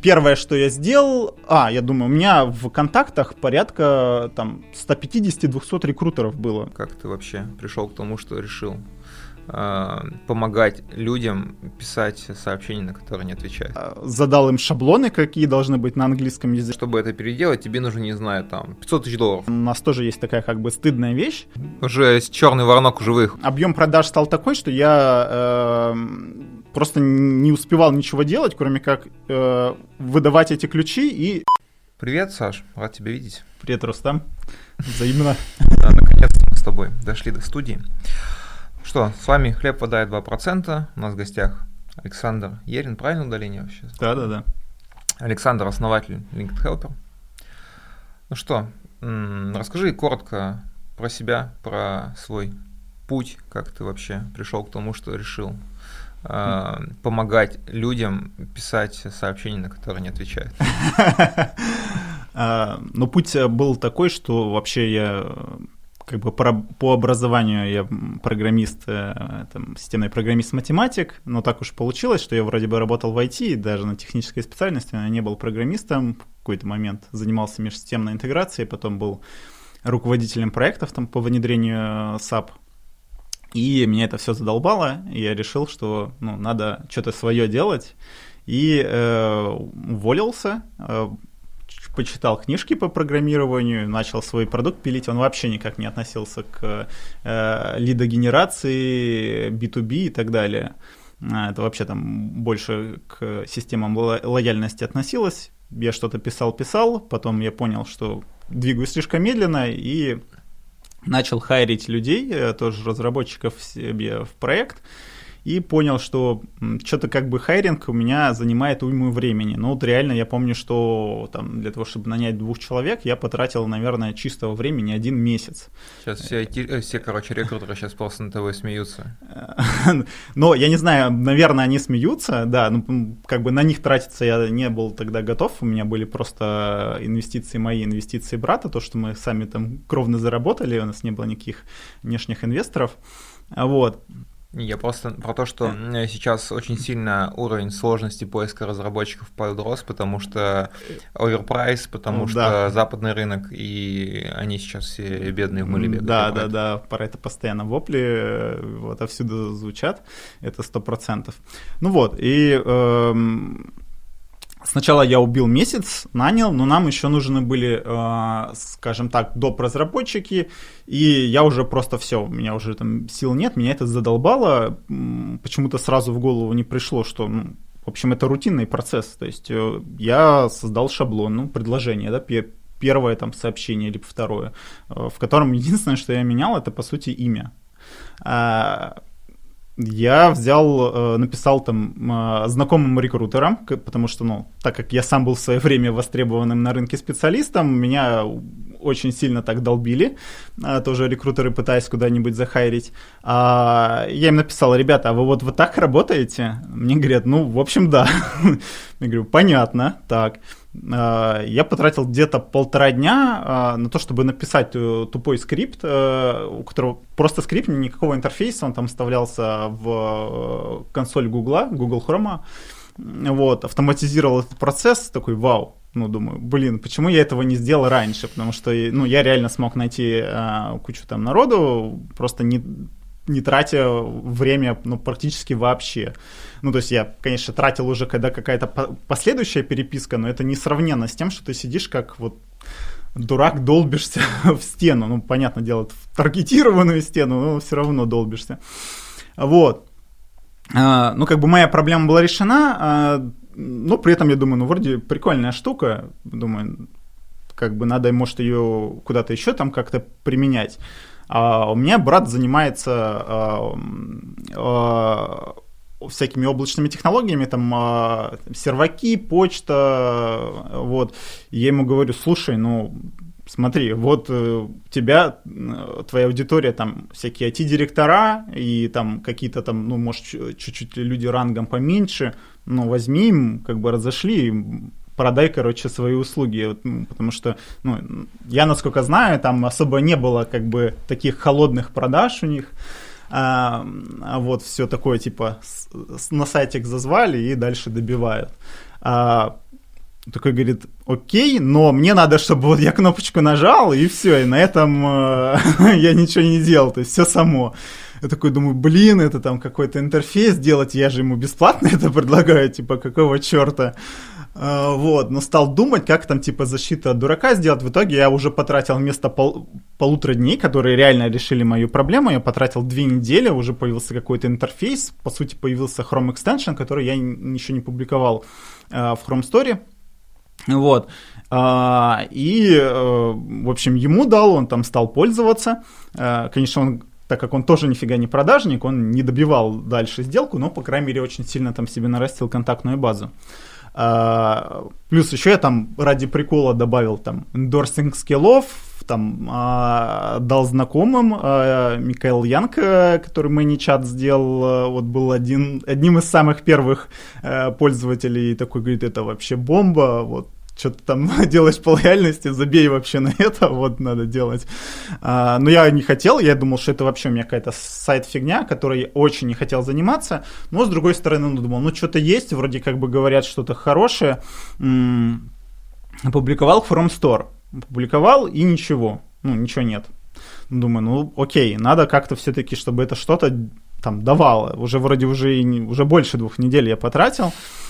первое, что я сделал... я думаю, у меня в контактах порядка там 150-200 рекрутеров было. Как ты вообще пришел к тому, что решил помогать людям писать сообщения, на которые не отвечают? Задал им шаблоны, какие должны быть на английском языке. Чтобы это переделать, тебе нужно, не знаю, там, $500 000. У нас тоже есть такая как бы стыдная вещь. Уже черный воронок уже выехал. Объем продаж стал такой, что я просто не успевал ничего делать, кроме как выдавать эти ключи и... Привет, Саш, рад тебя видеть. Привет, Рустам. Взаимно. Да, наконец-то мы с тобой дошли до студии. Что, с вами «Хлеб, вода и 2%». У нас в гостях Александр Ерин. Правильное удаление вообще? Да. Александр, основатель LinkedIn Helper. Ну что, расскажи коротко про себя, про свой путь, как ты вообще пришел к тому, что решил помогать людям писать сообщения, на которые не отвечают. Но путь был такой, что вообще я... Как бы по образованию я программист, системный программист-математик, но так уж получилось, что я вроде бы работал в IT, даже на технической специальности, но я не был программистом. В какой-то момент занимался межсистемной интеграцией, потом был руководителем проектов там, по внедрению SAP. И меня это все задолбало, и я решил, что надо что-то свое делать, и уволился, почитал книжки по программированию, начал свой продукт пилить. Он вообще никак не относился к лидогенерации, B2B и так далее. Это вообще там больше к системам лояльности относилось. Я что-то писал, потом я понял, что двигаюсь слишком медленно, и начал хайрить людей, тоже разработчиков себе в проект. И понял, что что-то как бы хайринг у меня занимает уйму времени. Ну вот реально я помню, что там для того, чтобы нанять 2 человек, я потратил, наверное, чистого времени 1 месяц. Сейчас все рекрутеры сейчас просто на тобой смеются. Но я не знаю, наверное, они смеются, да, как бы на них тратиться я не был тогда готов. У меня были просто мои инвестиции брата, то, что мы сами там кровно заработали, у нас не было никаких внешних инвесторов. Вот. Я просто про то, что сейчас очень сильно уровень сложности поиска разработчиков подрос, потому что оверпрайс, потому что западный рынок, и они сейчас все бедные в мыле бегают. Да, про это постоянно вопли отовсюду звучат, это 100%. Ну вот, и... Сначала я убил месяц, нанял, но нам еще нужны были, скажем так, доп. Разработчики, и я уже просто все, у меня уже там сил нет, меня это задолбало, почему-то сразу в голову не пришло, что, в общем, это рутинный процесс, то есть я создал шаблон, предложение, да, первое там сообщение, либо второе, в котором единственное, что я менял, это, по сути, имя. Я написал там знакомым рекрутерам, потому что, так как я сам был в свое время востребованным на рынке специалистом, меня очень сильно так долбили, тоже рекрутеры, пытаясь куда-нибудь захайрить. Я им написал: ребята, а вы вот так работаете? Мне говорят: в общем, да. Я говорю: понятно, так. Я потратил где-то 1,5 дня на то, чтобы написать тупой скрипт, у которого просто скрипт, никакого интерфейса, он там вставлялся в консоль Google Chrome, вот, автоматизировал этот процесс, такой: вау. Думаю, почему я этого не сделал раньше, потому что, я реально смог найти кучу там народу, просто не тратя время, практически вообще. То есть я, конечно, тратил уже, когда какая-то последующая переписка, но это несравненно с тем, что ты сидишь как вот дурак, долбишься в стену. Понятное дело, в таргетированную стену, но все равно долбишься. Вот. Как бы моя проблема была решена, но при этом я думаю, вроде прикольная штука, думаю, как бы надо, может, ее куда-то еще там как-то применять. У меня брат занимается всякими облачными технологиями, там серваки, почта, вот. Я ему говорю: слушай, смотри, вот у тебя, твоя аудитория, там всякие IT-директора и там какие-то там, может, чуть-чуть люди рангом поменьше, возьми им, как бы разошли, продай, свои услуги, потому что, я, насколько знаю, там особо не было, как бы, таких холодных продаж у них, вот, все такое, типа, на сайтик зазвали и дальше добивают. Такой говорит, окей, но мне надо, чтобы вот я кнопочку нажал, и все, и на этом я ничего не делал, то есть все само. Я такой думаю, блин, это там какой-то интерфейс делать, я же ему бесплатно это предлагаю, типа, какого черта? Вот, но стал думать, как там, типа, защита от дурака сделать. В итоге я уже потратил вместо полутора дней, которые реально решили мою проблему, я потратил 2 недели, уже появился какой-то интерфейс, по сути, появился Chrome Extension, который я еще не публиковал в Chrome Store. Вот, и, в общем, ему дал, он там стал пользоваться, конечно, он, так как он тоже нифига не продажник, он не добивал дальше сделку, но, по крайней мере, очень сильно там себе нарастил контактную базу. Плюс еще я там ради прикола добавил там эндорсинг скиллов, там дал знакомым, Микаэл Янко, который ManyChat сделал, вот был одним из самых первых пользователей, такой говорит, это вообще бомба, вот что-то там делаешь по лояльности, забей вообще на это, вот надо делать. Но я не хотел, я думал, что это вообще у меня какая-то сайт-фигня, которой я очень не хотел заниматься, но с другой стороны, думал, что-то есть, вроде как бы говорят что-то хорошее. Опубликовал в Chrome Store, опубликовал и ничего нет. Думаю, окей, надо как-то все-таки, чтобы это что-то там давало. Уже вроде уже больше 2 недель я потратил.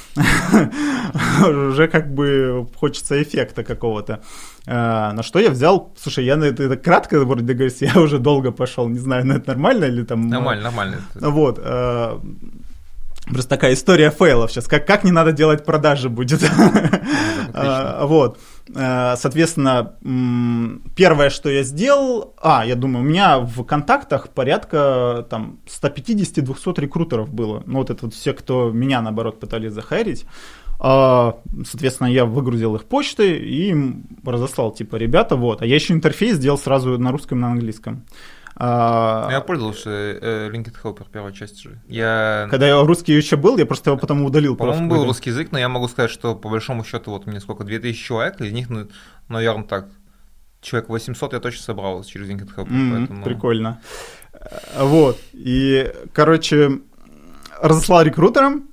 Уже как бы хочется эффекта какого-то. На что я взял... Слушай, я на это кратко вроде говорю, я уже долго пошел, не знаю, это нормально или там... Нормально. Вот. Просто такая история фейлов сейчас. Как не надо делать продажи будет. Вот. Соответственно, первое, что я сделал... я думаю, у меня в контактах порядка там 150-200 рекрутеров было. Вот это вот все, кто меня, наоборот, пытались захайрить. Соответственно, я выгрузил их почты и им разослал, типа, ребята, вот. А я еще интерфейс сделал сразу на русском и на английском. Я пользовался LinkedIn Helper первой части же. Когда я русский еще был, я просто его потом удалил. По-моему, был русский язык, но я могу сказать, что по большому счету вот мне сколько, 2000 человек, из них, наверное, так, человек 800 я точно собрал через LinkedIn Helper. Поэтому... Прикольно. Вот, и, короче, разослал рекрутерам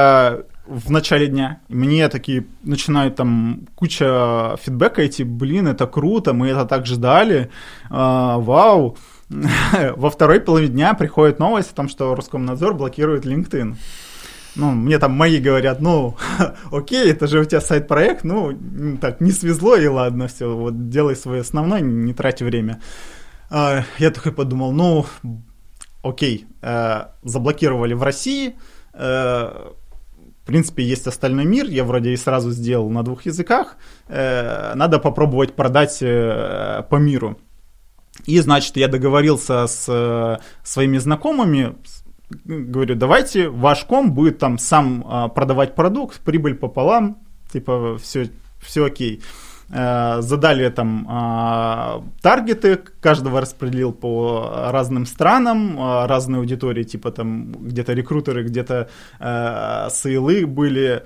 в начале дня. Мне такие начинают там куча фидбэка идти, блин, это круто, мы это так ждали, вау. Во второй половине дня приходит новость о том, что Роскомнадзор блокирует LinkedIn. Мне там мои говорят, окей, это же у тебя сайт-проект, так, не свезло, и ладно, все, вот делай свой основной, не трать время. Я такой подумал, окей, заблокировали в России, в принципе, есть остальной мир, я вроде и сразу сделал на 2 языках, надо попробовать продать по миру. И, значит, я договорился с своими знакомыми, говорю, давайте ваш ком будет там сам продавать продукт, прибыль пополам, типа все окей. Задали там таргеты, каждого распределил по разным странам, разные аудитории, типа там где-то рекрутеры, где-то сейлы были,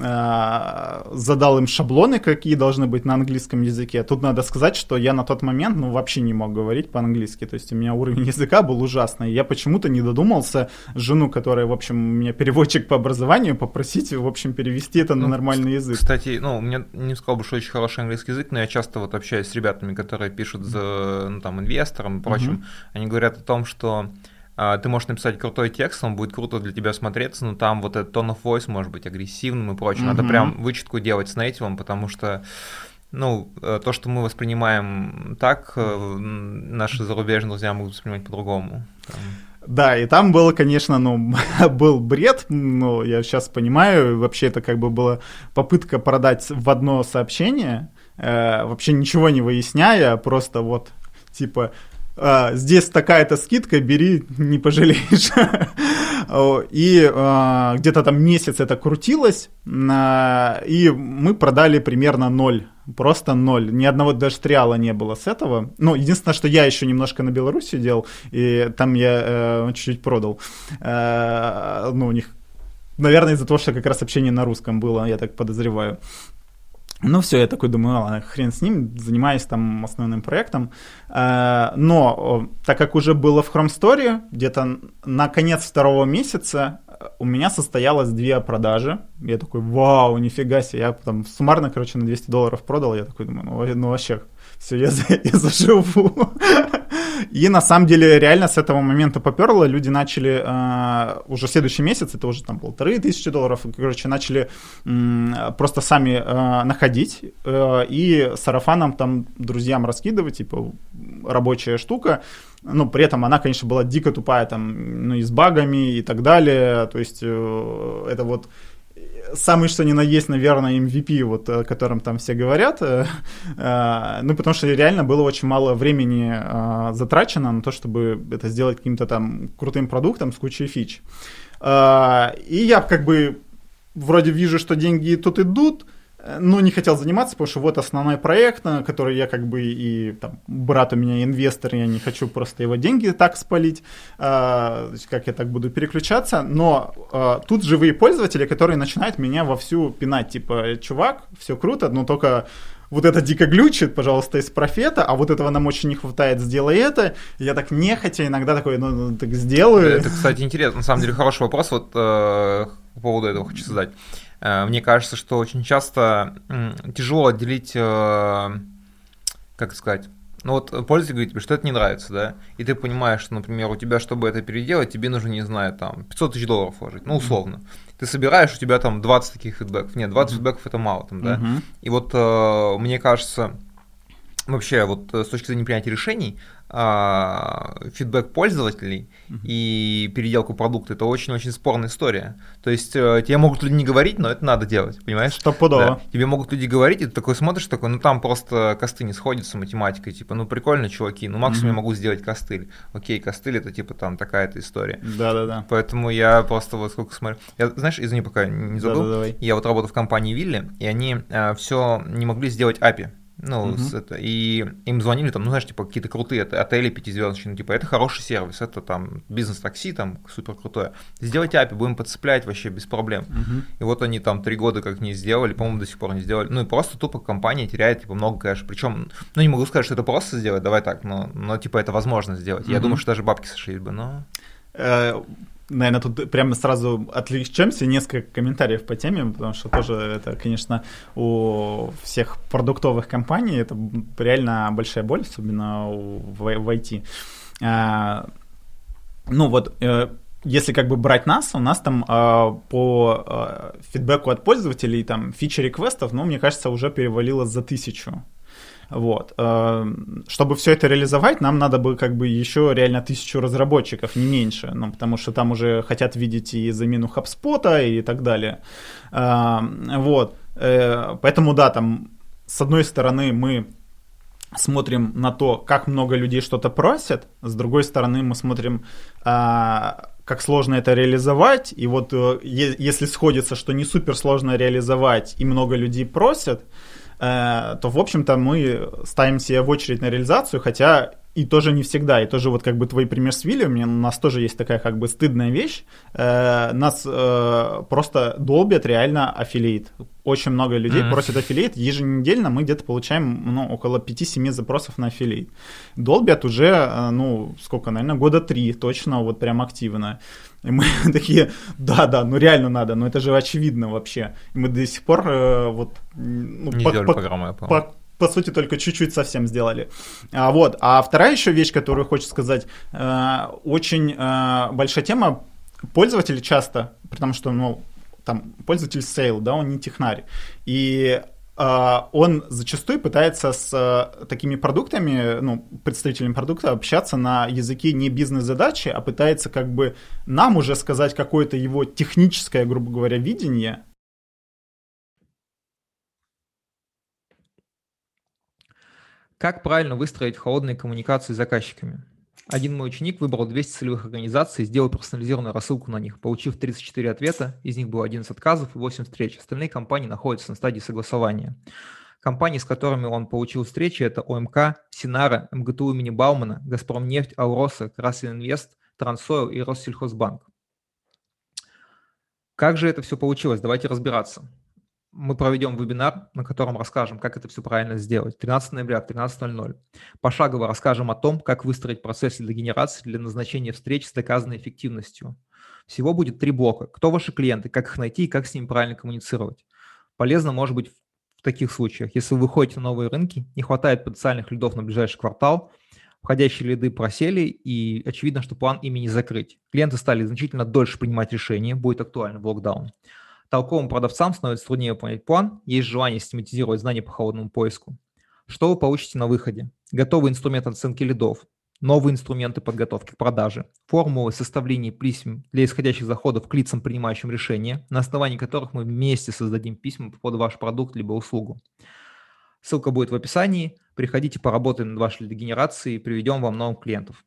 задал им шаблоны, какие должны быть на английском языке. Тут надо сказать, что я на тот момент вообще не мог говорить по-английски, то есть у меня уровень языка был ужасный. Я почему-то не додумался жену, которая, в общем, у меня переводчик по образованию, попросить, в общем, перевести это на нормальный язык. Кстати, у меня не сказал бы, что очень хороший английский язык, но я часто вот общаюсь с ребятами, которые пишут за инвесторам и прочим. Они говорят о том, что ты можешь написать крутой текст, он будет круто для тебя смотреться, но там вот этот tone of voice может быть агрессивным и прочее. Надо прям вычетку делать с нейтивом, потому что то, что мы воспринимаем так, наши зарубежные друзья могут воспринимать по-другому. Да, и там было, конечно, был бред, но я сейчас понимаю, вообще это как бы была попытка продать в одно сообщение, вообще ничего не выясняя, просто вот типа... здесь такая-то скидка, бери, не пожалеешь. И где-то там месяц это крутилось, и мы продали примерно 0, просто 0. Ни одного даже триала не было с этого. Единственное, что я еще немножко на Беларуси делал, и там я чуть-чуть продал. У них, наверное, из-за того, что как раз общение на русском было, я так подозреваю. Все, я такой думаю, хрен с ним, занимаюсь там основным проектом. Но так как уже было в Chrome Store, где-то на конец 2 месяца у меня состоялось 2 продажи. Я такой, вау, нифига себе. Я там суммарно, короче, на $200 продал. Я такой думаю, ну вообще, все, я заживу. И на самом деле реально с этого момента поперло. Люди начали уже следующий месяц, это уже там $1500, короче, начали просто сами находить и сарафаном там друзьям раскидывать, типа рабочая штука. Ну, при этом она, конечно, была дико тупая, там, ну, и с багами и так далее. То есть это вот самый что ни на есть, наверное, MVP, вот, о котором там все говорят. Ну, потому что реально было очень мало времени затрачено на то, чтобы это сделать каким-то там крутым продуктом с кучей фич. И я как бы вроде вижу, что деньги тут идут, но не хотел заниматься, потому что вот основной проект, на который я как бы и там, брат у меня инвестор, я не хочу просто его деньги так спалить, как я так буду переключаться, но тут живые пользователи, которые начинают меня вовсю пинать, типа, чувак, все круто, но только вот это дико глючит, пожалуйста, из профета, а вот этого нам очень не хватает, сделай это. И я так нехотя иногда такой, ну так сделаю. Это, кстати, интересно, на самом деле хороший вопрос, вот по поводу этого хочу задать. Мне кажется, что очень часто тяжело отделить, как сказать, ну вот пользователь говорит тебе, что это не нравится, да, и ты понимаешь, что, например, у тебя, чтобы это переделать, тебе нужно, не знаю, там, $500 000 вложить, ну, условно. Ты собираешь, у тебя там 20 таких фидбэков. Нет, 20 фидбэков это мало, там, да. И вот мне кажется, вообще, вот с точки зрения принятия решений, фидбэк пользователей и переделку продукта — это очень-очень спорная история. То есть тебе могут люди не говорить, но это надо делать, понимаешь? Стопудово. Да. Тебе могут люди говорить, и ты такой смотришь, такой, ну там просто костыль не сходится математикой, типа, ну прикольно, чуваки, ну максимум я могу сделать костыль. Окей, костыль — это типа там такая-то история. Да-да-да. Поэтому я просто вот сколько смотрю. Я, знаешь, извини, пока не забыл, я вот работал в компании Вилли, и они все не могли сделать API. Ну, и им звонили, там, ну, знаешь, типа, какие-то крутые отели пятизвездочные, ну, типа, это хороший сервис, это там бизнес-такси, там, супер крутое. Сделайте API, будем подцеплять вообще без проблем. И вот они там 3 года как не сделали, по-моему, до сих пор не сделали. Ну, и просто тупо компания теряет, типа, много кэша. Причем, ну, не могу сказать, что это просто сделать, давай так, но типа, это возможно сделать. Я думаю, что даже бабки сошлись бы, но... Наверное, тут прямо сразу отвлечемся, несколько комментариев по теме, потому что тоже это, конечно, у всех продуктовых компаний это реально большая боль, особенно в IT. Ну вот, если как бы брать нас, у нас там по фидбэку от пользователей там фичи-реквестов, ну, мне кажется, уже перевалило за 1000. Вот. Чтобы все это реализовать, нам надо бы как бы еще реально 1000 разработчиков, не меньше, ну, потому что там уже хотят видеть и замену HubSpot и так далее. Вот. Поэтому, да, там, с одной стороны, мы смотрим на то, как много людей что-то просят, с другой стороны, мы смотрим, как сложно это реализовать, и вот если сходится, что не супер сложно реализовать и много людей просят, то, в общем-то, мы ставим себя в очередь на реализацию, хотя и тоже не всегда. И тоже вот как бы твой пример с Вилли, у нас тоже есть такая как бы стыдная вещь. Нас просто долбят реально аффилиат. Очень много людей просят аффилиат. Еженедельно мы где-то получаем около 5-7 запросов на аффилиат. Долбят уже, сколько, наверное, 3 года точно, вот прям активно. И мы такие, да, ну реально надо, но это же очевидно вообще. И мы до сих пор не сделали программу, я помню. По сути, только чуть-чуть совсем сделали. А вторая еще вещь, которую хочется сказать, очень большая тема. Пользователи часто, потому что, там, пользователь сейл, да, он не технарь. И он зачастую пытается с такими продуктами, представителями продукта общаться на языке не бизнес-задачи, а пытается как бы нам уже сказать какое-то его техническое, грубо говоря, видение. Как правильно выстроить холодные коммуникации с заказчиками? Один мой ученик выбрал 200 целевых организаций, сделал персонализированную рассылку на них, получив 34 ответа, из них было 11 отказов и 8 встреч. Остальные компании находятся на стадии согласования. Компании, с которыми он получил встречи, это ОМК, Синара, МГТУ имени Баумана, Газпромнефть, Ауроса, Красинвест, Трансойл и Россельхозбанк. Как же это все получилось? Давайте разбираться. Мы проведем вебинар, на котором расскажем, как это все правильно сделать. 13 ноября в 13:00. Пошагово расскажем о том, как выстроить процесс лидогенерации для назначения встреч с доказанной эффективностью. Всего будет 3 блока. Кто ваши клиенты, как их найти и как с ними правильно коммуницировать. Полезно может быть в таких случаях, если вы выходите на новые рынки, не хватает потенциальных лидов на ближайший квартал, входящие лиды просели, и очевидно, что план ими не закрыть. Клиенты стали значительно дольше принимать решения, будет актуальный блокдаун. Толковым продавцам становится труднее понять план, есть желание систематизировать знания по холодному поиску. Что вы получите на выходе? Готовый инструмент оценки лидов, новые инструменты подготовки к продаже, формулы составления писем для исходящих заходов к лицам, принимающим решения, на основании которых мы вместе создадим письма под ваш продукт либо услугу. Ссылка будет в описании. Приходите, поработаем над вашей лидогенерацией и приведем вам новых клиентов.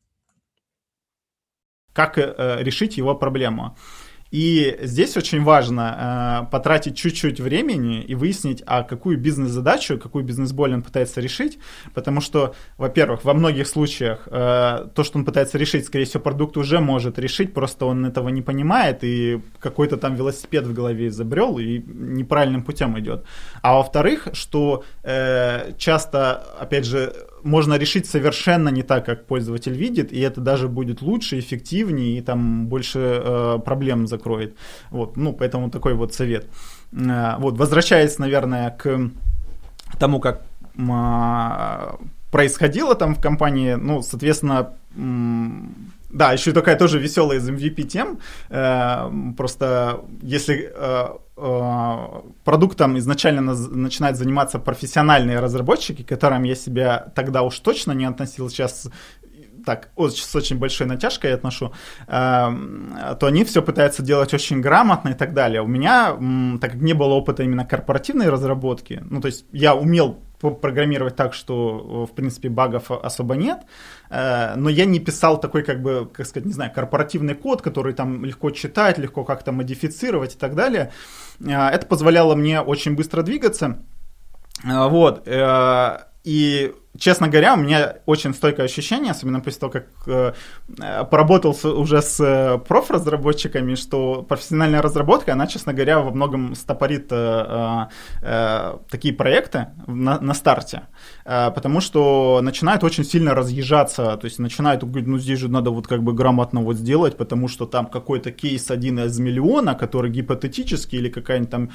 Как решить его проблему? И здесь очень важно потратить чуть-чуть времени и выяснить, а какую бизнес-задачу, какую бизнес-боль он пытается решить, потому что, во-первых, во многих случаях то, что он пытается решить, скорее всего, продукт уже может решить, просто он этого не понимает и какой-то там велосипед в голове изобрел и неправильным путем идет. А во-вторых, что часто, опять же, можно решить совершенно не так, как пользователь видит, и это даже будет лучше, эффективнее, и там больше проблем закроет. Вот, ну, поэтому такой вот совет. Вот, возвращаясь, наверное, к тому, как происходило там в компании, ну, соответственно, да, еще такая тоже веселая из MVP тем. Просто если продуктом изначально начинают заниматься профессиональные разработчики, к которым я себя тогда уж точно не относил, сейчас так с очень большой натяжкой отношу, то они все пытаются делать очень грамотно и так далее. У меня, так как не было опыта именно корпоративной разработки, ну, то есть я умел программировать так, что, в принципе, багов особо нет, но я не писал такой, как бы, как сказать, не знаю, корпоративный код, который там легко читать, легко как-то модифицировать и так далее. Это позволяло мне очень быстро двигаться. Вот. И, честно говоря, у меня очень стойкое ощущение, особенно после того, как поработал уже с профразработчиками, что профессиональная разработка, она, честно говоря, во многом стопорит такие проекты на старте, потому что начинают очень сильно разъезжаться, то есть начинают говорить, ну здесь же надо вот как бы грамотно вот сделать, потому что там какой-то кейс один из миллиона, который гипотетический, или какая-нибудь там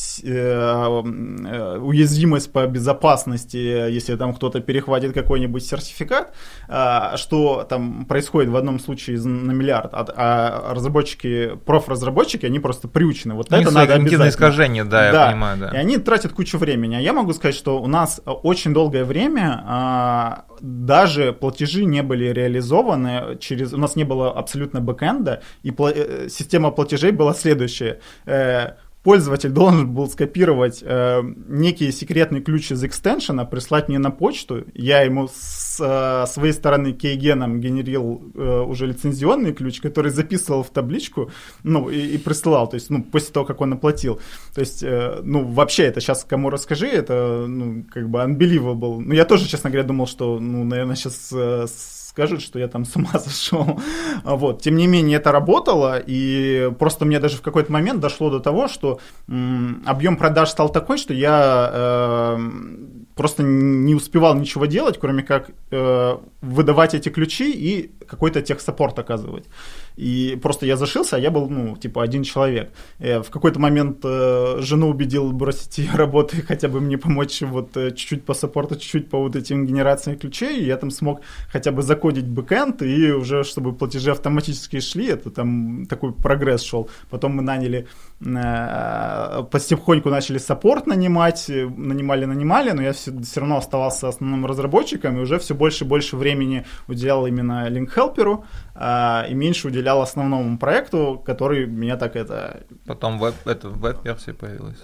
уязвимость по безопасности, если там кто-то перехватит какой-нибудь сертификат, что там происходит в одном случае на миллиард, а разработчики, профразработчики, они просто приучены. Вот это надо обязательно. Искажения, да, я понимаю, да. И они тратят кучу времени. А я могу сказать, что у нас очень долгое время даже платежи не были реализованы у нас не было абсолютно бэкэнда, и система платежей была следующая. Пользователь должен был скопировать некий секретный ключ из экстеншена, прислать мне на почту. Я ему с своей стороны кейгеном генерил уже лицензионный ключ, который записывал в табличку, ну, и присылал, то есть, ну, после того, как он оплатил. То есть, ну, вообще, это сейчас кому расскажи, это, ну, как бы unbelievable. Ну, я тоже, честно говоря, думал, что, ну, наверное, сейчас скажут, что я там с ума сошел. Вот. Тем не менее, это работало, и просто мне даже в какой-то момент дошло до того, что объем продаж стал такой, что я просто не успевал ничего делать, кроме как выдавать эти ключи и какой-то техсаппорт оказывать. И просто я зашился, а я был, ну, типа, один человек. Я в какой-то момент жену убедил бросить ее работы, хотя бы мне помочь вот чуть-чуть по саппорту, чуть-чуть по вот этим генерациям ключей, и я там смог хотя бы закодить бэкэнд, и уже, чтобы платежи автоматически шли, это там такой прогресс шел. Потом мы наняли, потихоньку начали саппорт нанимали, но я все равно оставался основным разработчиком, и уже все больше и больше времени уделял именно линк-хелперу, и меньше уделял основному проекту, который меня так это... Потом веб-версия появилась.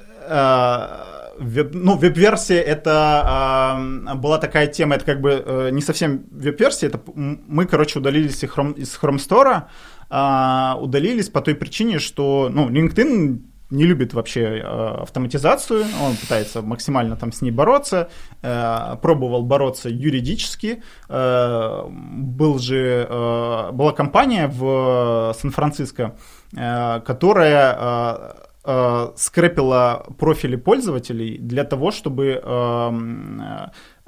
Веб-версия это была такая тема, это как бы не совсем веб-версия, это мы, короче, удалились из Chrome Store, удалились по той причине, что, ну, LinkedIn не любит вообще автоматизацию, он пытается максимально там с ней бороться, пробовал бороться юридически. Была компания в Сан-Франциско, которая скрэпила профили пользователей для того, чтобы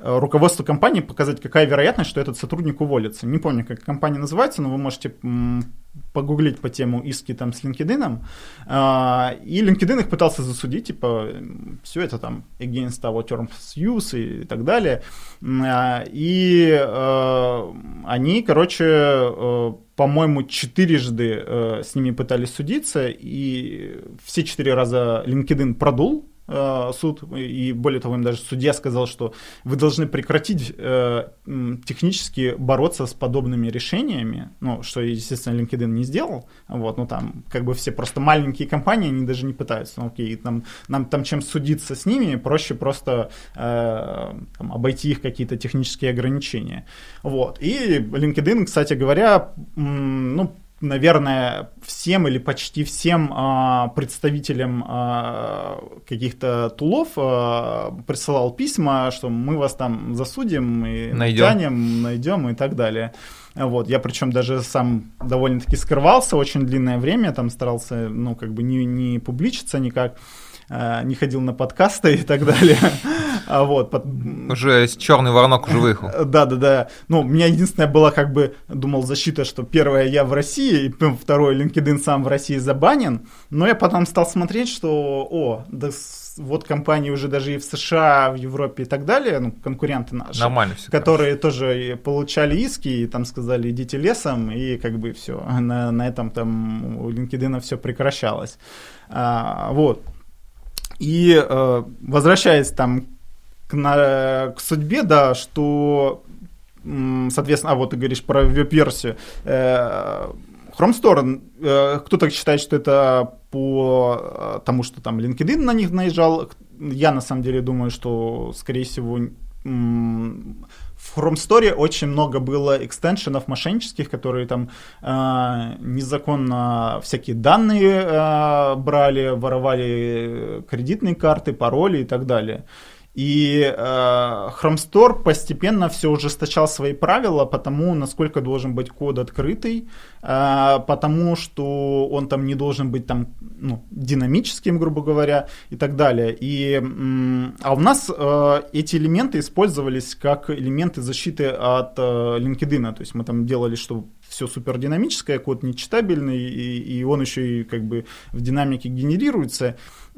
руководству компании показать, какая вероятность, что этот сотрудник уволится. Не помню, как компания называется, но вы можете погуглить по тему иски там с LinkedIn. И LinkedIn их пытался засудить, типа, все это там against our terms of use и так далее. И они, короче, по-моему, 4 с ними пытались судиться, и все 4 раза LinkedIn продул суд, и более того, им даже судья сказал, что вы должны прекратить технически бороться с подобными решениями, ну, что, естественно, LinkedIn не сделал, вот, ну, там, как бы все просто маленькие компании, они даже не пытаются, ну, окей, нам там чем судиться с ними, проще просто там, обойти их какие-то технические ограничения, вот, и LinkedIn, кстати говоря, ну, наверное, всем или почти всем представителям каких-то тулов присылал письма, что мы вас там засудим и найдем и так далее. Вот. Я причем даже сам довольно-таки скрывался очень длинное время, там старался, ну, как бы не публичиться никак, не ходил на подкасты и так далее. Вот. Уже черный воронок уже выехал. Да. Ну, у меня единственное было, как бы, думал, защита, что первое, я в России, и второе, LinkedIn сам в России забанен. Но я потом стал смотреть, что, вот компании уже даже и в США, в Европе и так далее, ну, конкуренты наши, нормально все, которые тоже получали иски, и там сказали, идите лесом, и как бы все. На этом там у LinkedIn все прекращалось. Вот. И возвращаясь там к судьбе, да, что, соответственно, вот ты говоришь про веб-версию, Chrome Store, кто-то считает, что это по тому, что там LinkedIn на них наезжал. Я на самом деле думаю, что, скорее всего, в Chrome Store очень много было экстеншенов мошеннических, которые там незаконно всякие данные брали, воровали кредитные карты, пароли и так далее. И Chrome Store постепенно все ужесточал свои правила по тому, насколько должен быть код открытый, потому что он там не должен быть там, ну, динамическим, грубо говоря, и так далее. А у нас эти элементы использовались как элементы защиты от LinkedIn. То есть мы там делали, что все супер динамическое, код нечитабельный, и он еще и как бы в динамике генерируется.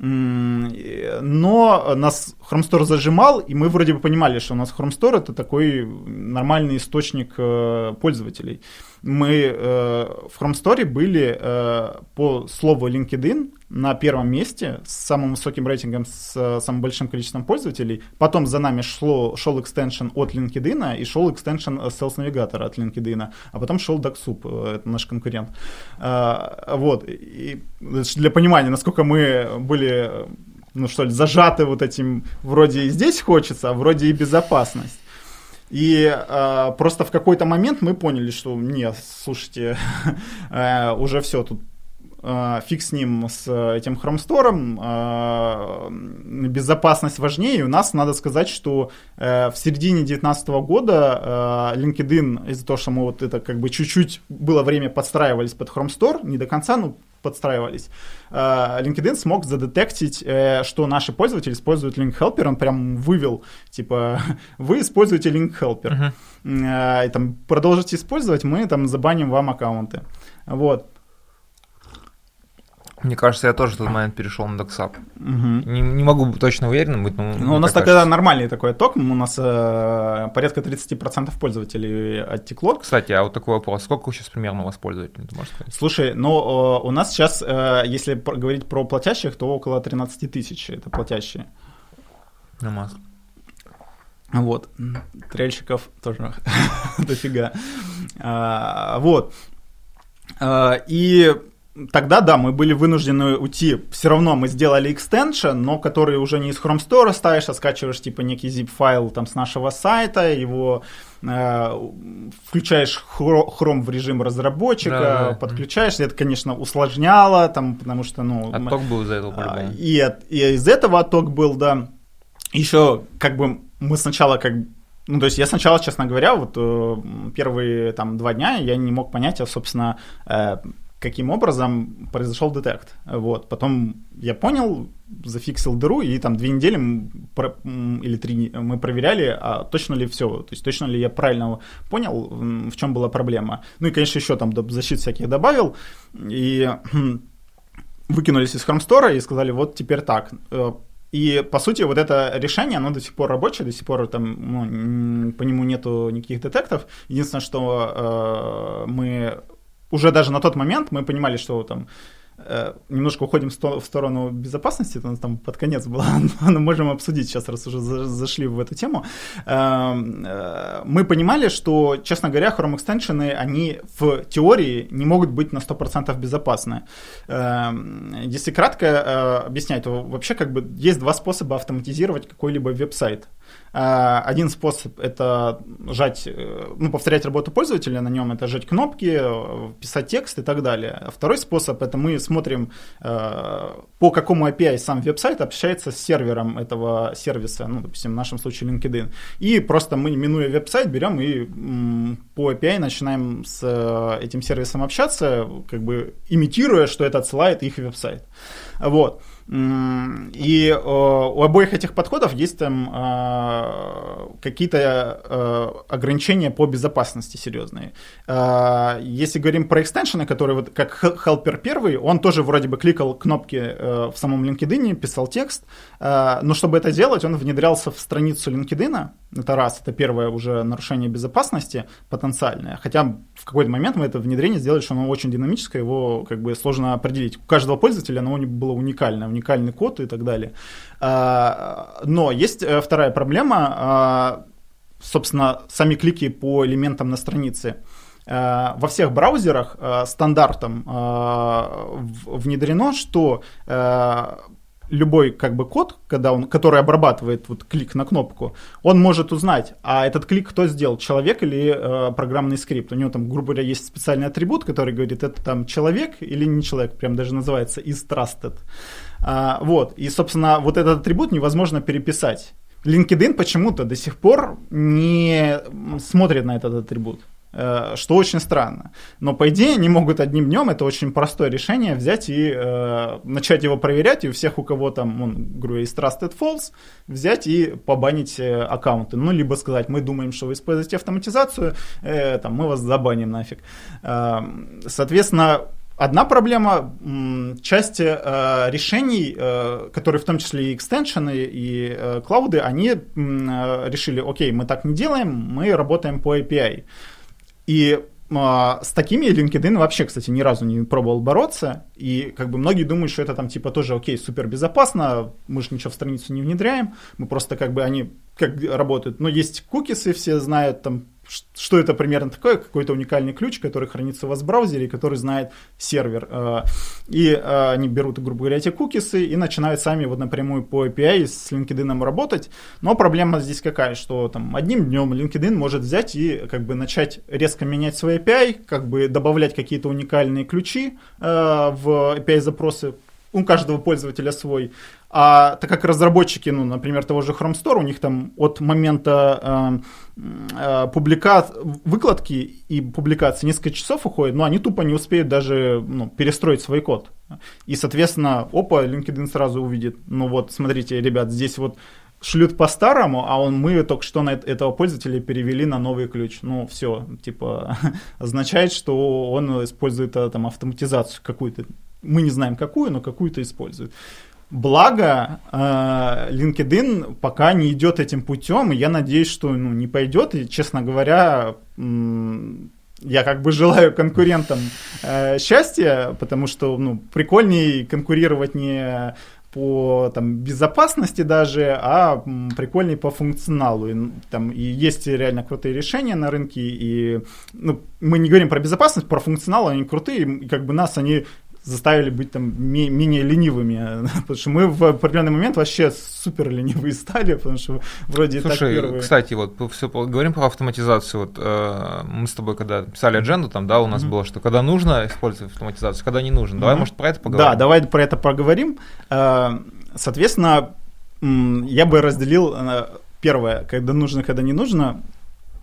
Но нас Chrome Store зажимал, и мы вроде бы понимали, что у нас Chrome Store — это такой нормальный источник пользователей. Мы в Chrome Store были по слову LinkedIn на первом месте с самым высоким рейтингом, с самым большим количеством пользователей. Потом за нами шел экстеншн от LinkedIn и шел экстеншн Sales Navigator от LinkedIn, а потом шел DocSoup, это наш конкурент. Вот. И для понимания, насколько мы были, ну что ли, зажаты вот этим, вроде и здесь хочется, а вроде и безопасность. И просто в какой-то момент мы поняли, что нет, слушайте, уже все, тут фиг с ним, с этим Chrome Store, безопасность важнее. И у нас, надо сказать, что в середине 2019 года LinkedIn, из-за того, что мы вот это как бы чуть-чуть было время подстраивались под Chrome Store, не до конца, но подстраивались, LinkedIn смог задетектить, что наши пользователи используют Link Helper. Он прям вывел, типа, вы используете Link Helper. И там продолжите использовать, мы там забаним вам аккаунты. Вот. Мне кажется, я тоже в тот момент перешел на DocSoup. Не могу точно уверенным быть, но у нас тогда нормальный такой отток. У нас порядка 30% пользователей оттекло. Кстати, а вот такой вопрос. Сколько сейчас примерно у вас пользователей, ты можешь сказать? Слушай, ну у нас сейчас, если говорить про платящих, то около 13 тысяч это платящие. Намаз. Вот. Трельщиков тоже дофига. Вот. И тогда, да, мы были вынуждены уйти. Все равно мы сделали экстеншн, но который уже не из Chrome Store ставишь, а скачиваешь типа некий zip-файл там с нашего сайта, его включаешь Chrome в режим разработчика, подключаешь. Это, конечно, усложняло, там, потому что, ну... Отток был из-за этого по-любому. И из этого отток был, да. Еще как бы мы сначала ну, то есть я сначала, честно говоря, вот первые там 2 дня я не мог понять, собственно, каким образом произошел детект. Вот. Потом я понял, зафиксил дыру, и там 2 недели или 3 мы проверяли, а точно ли все, то есть точно ли я правильно понял, в чем была проблема. Ну и, конечно, еще там защит всяких добавил, и выкинулись из Chrome Store и сказали, вот теперь так. И, по сути, вот это решение, оно до сих пор рабочее, до сих пор там, по нему нету никаких детектов. Единственное, что мы уже даже на тот момент мы понимали, что там немножко уходим в сторону безопасности, это у нас там под конец было, но можем обсудить сейчас, раз уже зашли в эту тему. Мы понимали, что, честно говоря, Chrome экстеншены, они в теории не могут быть на 100% безопасны. Если кратко объяснять, то вообще как бы есть 2 способа автоматизировать какой-либо веб-сайт. Один способ — это повторять работу пользователя на нем, это жать кнопки, писать текст и так далее. А второй способ — это мы смотрим, по какому API сам веб-сайт общается с сервером этого сервиса, допустим, в нашем случае LinkedIn. И просто мы, минуя веб-сайт, берем и по API начинаем с этим сервисом общаться, как бы имитируя, что это отсылает их веб-сайт. Вот. И у обоих этих подходов есть там какие-то ограничения по безопасности серьезные. Если говорим про экстеншены, которые вот как Helper 1, он тоже вроде бы кликал кнопки в самом LinkedIn, писал текст, но чтобы это делать, он внедрялся в страницу LinkedIn. Это раз, это первое уже нарушение безопасности потенциальное. Хотя в какой-то момент мы это внедрение сделали, что оно очень динамическое, его как бы сложно определить. У каждого пользователя оно было уникальный код и так далее. Но есть вторая проблема, собственно, сами клики по элементам на странице. Во всех браузерах стандартом внедрено, что любой как бы код, который обрабатывает вот клик на кнопку, он может узнать, а этот клик кто сделал, человек или программный скрипт. У него там, грубо говоря, есть специальный атрибут, который говорит, это там человек или не человек, прям даже называется is trusted. Вот, и, собственно, вот этот атрибут невозможно переписать. LinkedIn почему-то до сих пор не смотрит на этот атрибут, что очень странно. Но, по идее, они могут одним днем, это очень простое решение, взять и начать его проверять, и у всех, у кого там, говорю, is trusted false, взять и побанить аккаунты. Ну, либо сказать, мы думаем, что вы используете автоматизацию, мы вас забаним нафиг. Соответственно, одна проблема, часть решений, которые в том числе и экстеншены, и клауды, они решили, окей, мы так не делаем, мы работаем по API. И с такими LinkedIn вообще, кстати, ни разу не пробовал бороться, и как бы многие думают, что это там типа тоже окей, супер безопасно, мы же ничего в страницу не внедряем, мы просто как бы они как работают, но есть кукисы, все знают там, что это примерно такое, какой-то уникальный ключ, который хранится у вас в браузере, который знает сервер. И они берут, грубо говоря, эти кукисы и начинают сами вот напрямую по API с LinkedIn работать. Но проблема здесь какая, что там одним днем LinkedIn может взять и как бы начать резко менять свой API, как бы добавлять какие-то уникальные ключи в API-запросы. У каждого пользователя свой. А так как разработчики, например, того же Chrome Store, у них там от момента выкладки и публикации несколько часов уходит, но они тупо не успеют даже перестроить свой код. И, соответственно, LinkedIn сразу увидит, вот, смотрите, ребят, здесь вот шлют по-старому, а мы только что на этого пользователя перевели на новый ключ. Все, типа, означает, что он использует там автоматизацию какую-то. Мы не знаем какую, но какую-то использует. Благо, LinkedIn пока не идет этим путем, и я надеюсь, что не пойдет. И, честно говоря, я как бы желаю конкурентам счастья, потому что прикольнее конкурировать не по безопасности даже, а прикольнее по функционалу. И есть реально крутые решения на рынке, и мы не говорим про безопасность, про функционал, они крутые, и как бы нас они заставили быть там менее ленивыми, потому что мы в определенный момент вообще супер ленивые стали, потому что вроде Слушай, и так первые. Кстати, вот все говорим про автоматизацию. Вот мы с тобой когда писали адженду, там, да, у нас было, что когда нужно использовать автоматизацию, когда не нужно. Давай, может, про это поговорим? Да, давай про это поговорим. Соответственно, я бы разделил первое, когда нужно, когда не нужно.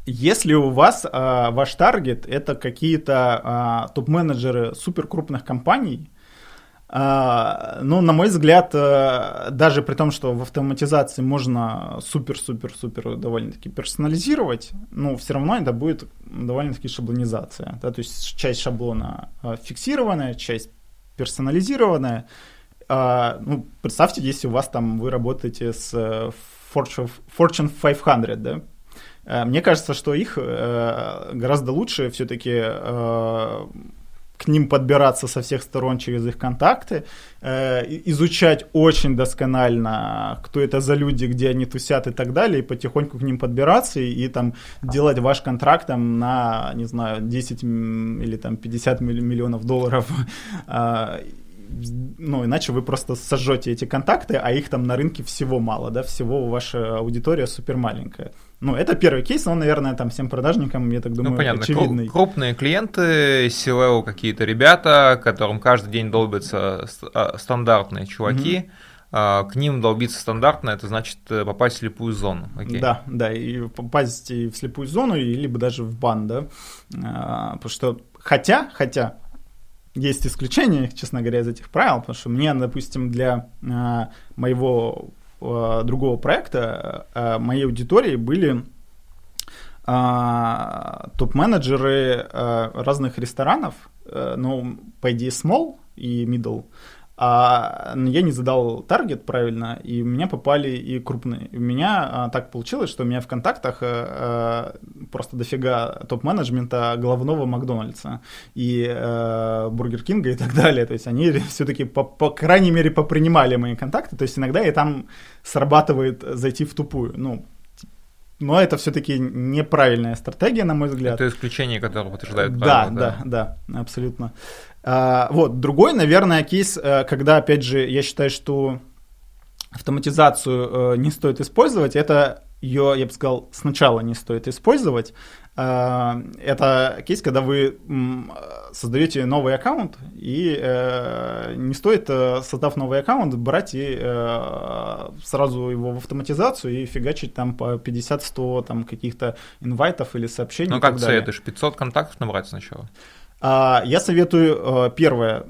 Если у вас ваш таргет — это какие-то топ-менеджеры суперкрупных компаний, ну, на мой взгляд, даже при том, что в автоматизации можно супер-супер-супер довольно-таки персонализировать, ну, все равно это будет довольно-таки шаблонизация. Да? То есть часть шаблона фиксированная, часть персонализированная. Ну, представьте, если у вас там вы работаете с Fortune 500, да? Мне кажется, что их гораздо лучше все-таки к ним подбираться со всех сторон через их контакты, изучать очень досконально, кто это за люди, где они тусят и так далее, и потихоньку к ним подбираться и там делать ваш контракт там, на, не знаю, 10 или там 50 миллионов долларов. Ну, иначе вы просто сожжете эти контакты, а их там на рынке всего мало, да, всего ваша аудитория супер маленькая. Ну, это первый кейс, он, наверное, там всем продажникам, я так думаю, понятно. очевидный. Крупные клиенты, C-level какие-то ребята, которым каждый день долбятся стандартные чуваки, к ним долбиться стандартно, это значит попасть в слепую зону. Окей. Да, и попасть и в слепую зону, и либо даже в бан, да, потому что, хотя есть исключения, честно говоря, из этих правил, потому что мне, допустим, для моего другого проекта моей аудитории были топ-менеджеры разных ресторанов, ну, по идее, small и middle, но я не задал таргет правильно, и у меня попали и крупные. У меня так получилось, что у меня в контактах просто дофига топ-менеджмента головного Макдональдса и Бургер Кинга и так далее. То есть они все-таки, по крайней мере, попринимали мои контакты. То есть иногда и там срабатывает зайти в тупую. Ну, но это все-таки неправильная стратегия, на мой взгляд. Это исключение, которое подтверждает правило. Да, абсолютно. Вот, другой, наверное, кейс, когда, опять же, я считаю, что автоматизацию не стоит использовать, это ее, я бы сказал, сначала не стоит использовать. Это кейс, когда вы создаете новый аккаунт, и не стоит, создав новый аккаунт, брать и сразу его в автоматизацию и фигачить там по 50-100 там каких-то инвайтов или сообщений. Ну, как советуешь, 500 контактов набрать сначала? Я советую, первое,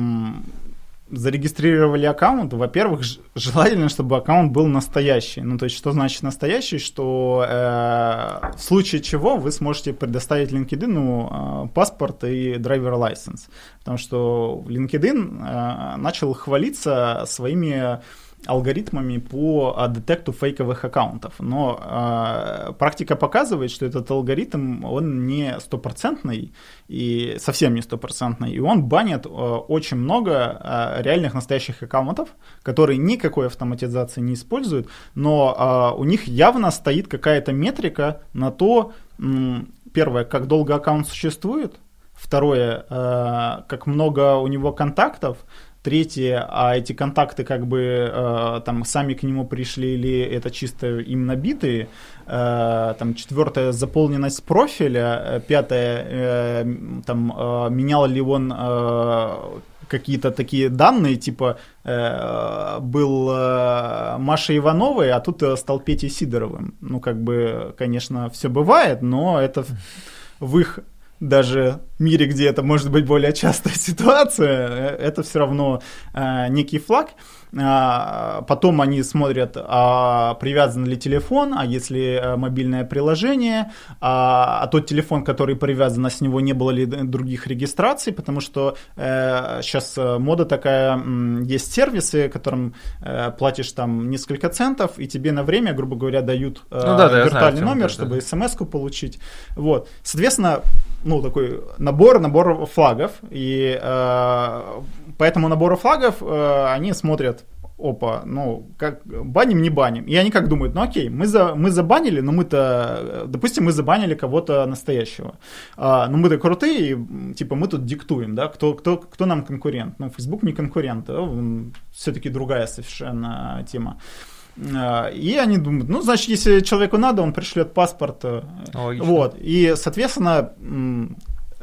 зарегистрировали аккаунт, во-первых, желательно, чтобы аккаунт был настоящий. Ну, то есть, что значит настоящий? Что в случае чего вы сможете предоставить LinkedIn паспорт и driver license. Потому что LinkedIn начал хвалиться своими алгоритмами по детекту фейковых аккаунтов. Но практика показывает, что этот алгоритм, он не стопроцентный, и совсем не стопроцентный, и он банит очень много реальных настоящих аккаунтов, которые никакой автоматизации не используют, но у них явно стоит какая-то метрика на то, первое, как долго аккаунт существует, второе, как много у него контактов, третье, а эти контакты как бы там сами к нему пришли или это чисто им набитые, там четвертое, заполненность профиля, пятое, там менял ли он какие-то такие данные, типа был Машей Ивановой, а тут стал Петей Сидоровым. Ну, как бы, конечно, все бывает, но это в их даже мире, где это может быть более частая ситуация, это все равно некий флаг. Потом они смотрят, привязан ли телефон, а если мобильное приложение, а тот телефон, который привязан, с него не было ли других регистраций, потому что сейчас мода такая, есть сервисы, которым платишь там несколько центов, и тебе на время, грубо говоря, дают виртуальный номер, чтобы смс-ку получить. Вот. Соответственно, ну, такой набор флагов, и по этому набору флагов они смотрят, опа, ну, как баним, не баним. И они как думают, ну окей, мы забанили, но мы-то, допустим, мы забанили кого-то настоящего. Но мы-то крутые, типа мы тут диктуем, да, кто нам конкурент. Ну, Facebook не конкурент, все-таки другая совершенно тема. И они думают, ну, значит, если человеку надо, он пришлет паспорт. Логично. Вот. И, соответственно,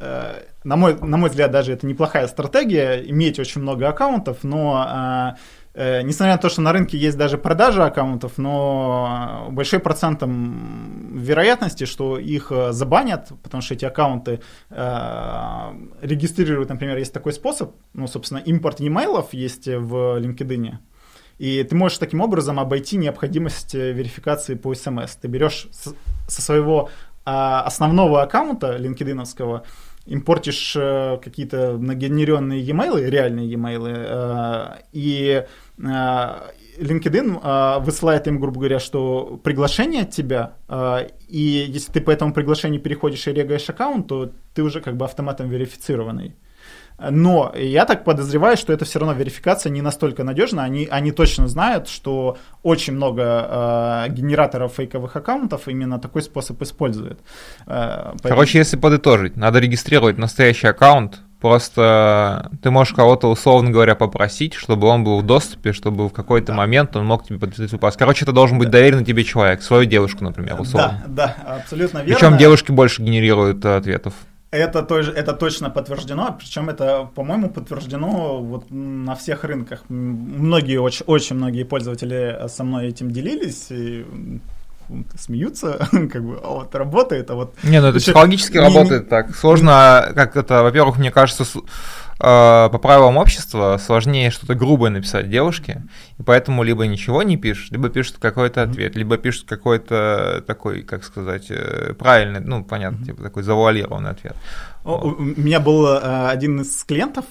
на мой взгляд, даже это неплохая стратегия, иметь очень много аккаунтов, но несмотря на то, что на рынке есть даже продажа аккаунтов, но большой процент вероятности, что их забанят, потому что эти аккаунты регистрируют, например, есть такой способ, ну, собственно, импорт e-mail'ов есть в LinkedIn, и ты можешь таким образом обойти необходимость верификации по SMS. Ты берешь со своего основного аккаунта LinkedIn-овского, импортишь какие-то нагенеренные e-mail, реальные e-mail, и LinkedIn высылает им, грубо говоря, что приглашение от тебя, и если ты по этому приглашению переходишь и регаешь аккаунт, то ты уже как бы автоматом верифицированный. Но я так подозреваю, что это все равно верификация не настолько надежна. Они точно знают, что очень много генераторов фейковых аккаунтов именно такой способ используют. Короче, если подытожить, надо регистрировать настоящий аккаунт. Просто ты можешь кого-то, условно говоря, попросить, чтобы он был в доступе, чтобы в какой-то момент он мог тебе подтвердить вопрос. Короче, это должен быть доверенный тебе человек, свою девушку, например, условно. Да, абсолютно верно. Причем девушки больше генерируют ответов. Это точно подтверждено, причем это, по-моему, подтверждено вот на всех рынках. Очень многие пользователи со мной этим делились и смеются, как бы, вот работает, а вот... Не, ну это психологически работает так. Сложно, как это, во-первых, мне кажется, по правилам общества сложнее что-то грубое написать девушке, и поэтому либо ничего не пишешь, либо пишут какой-то ответ, либо пишут какой-то такой, как сказать, правильный, ну, понятно, типа такой завуалированный ответ. У меня был один из клиентов,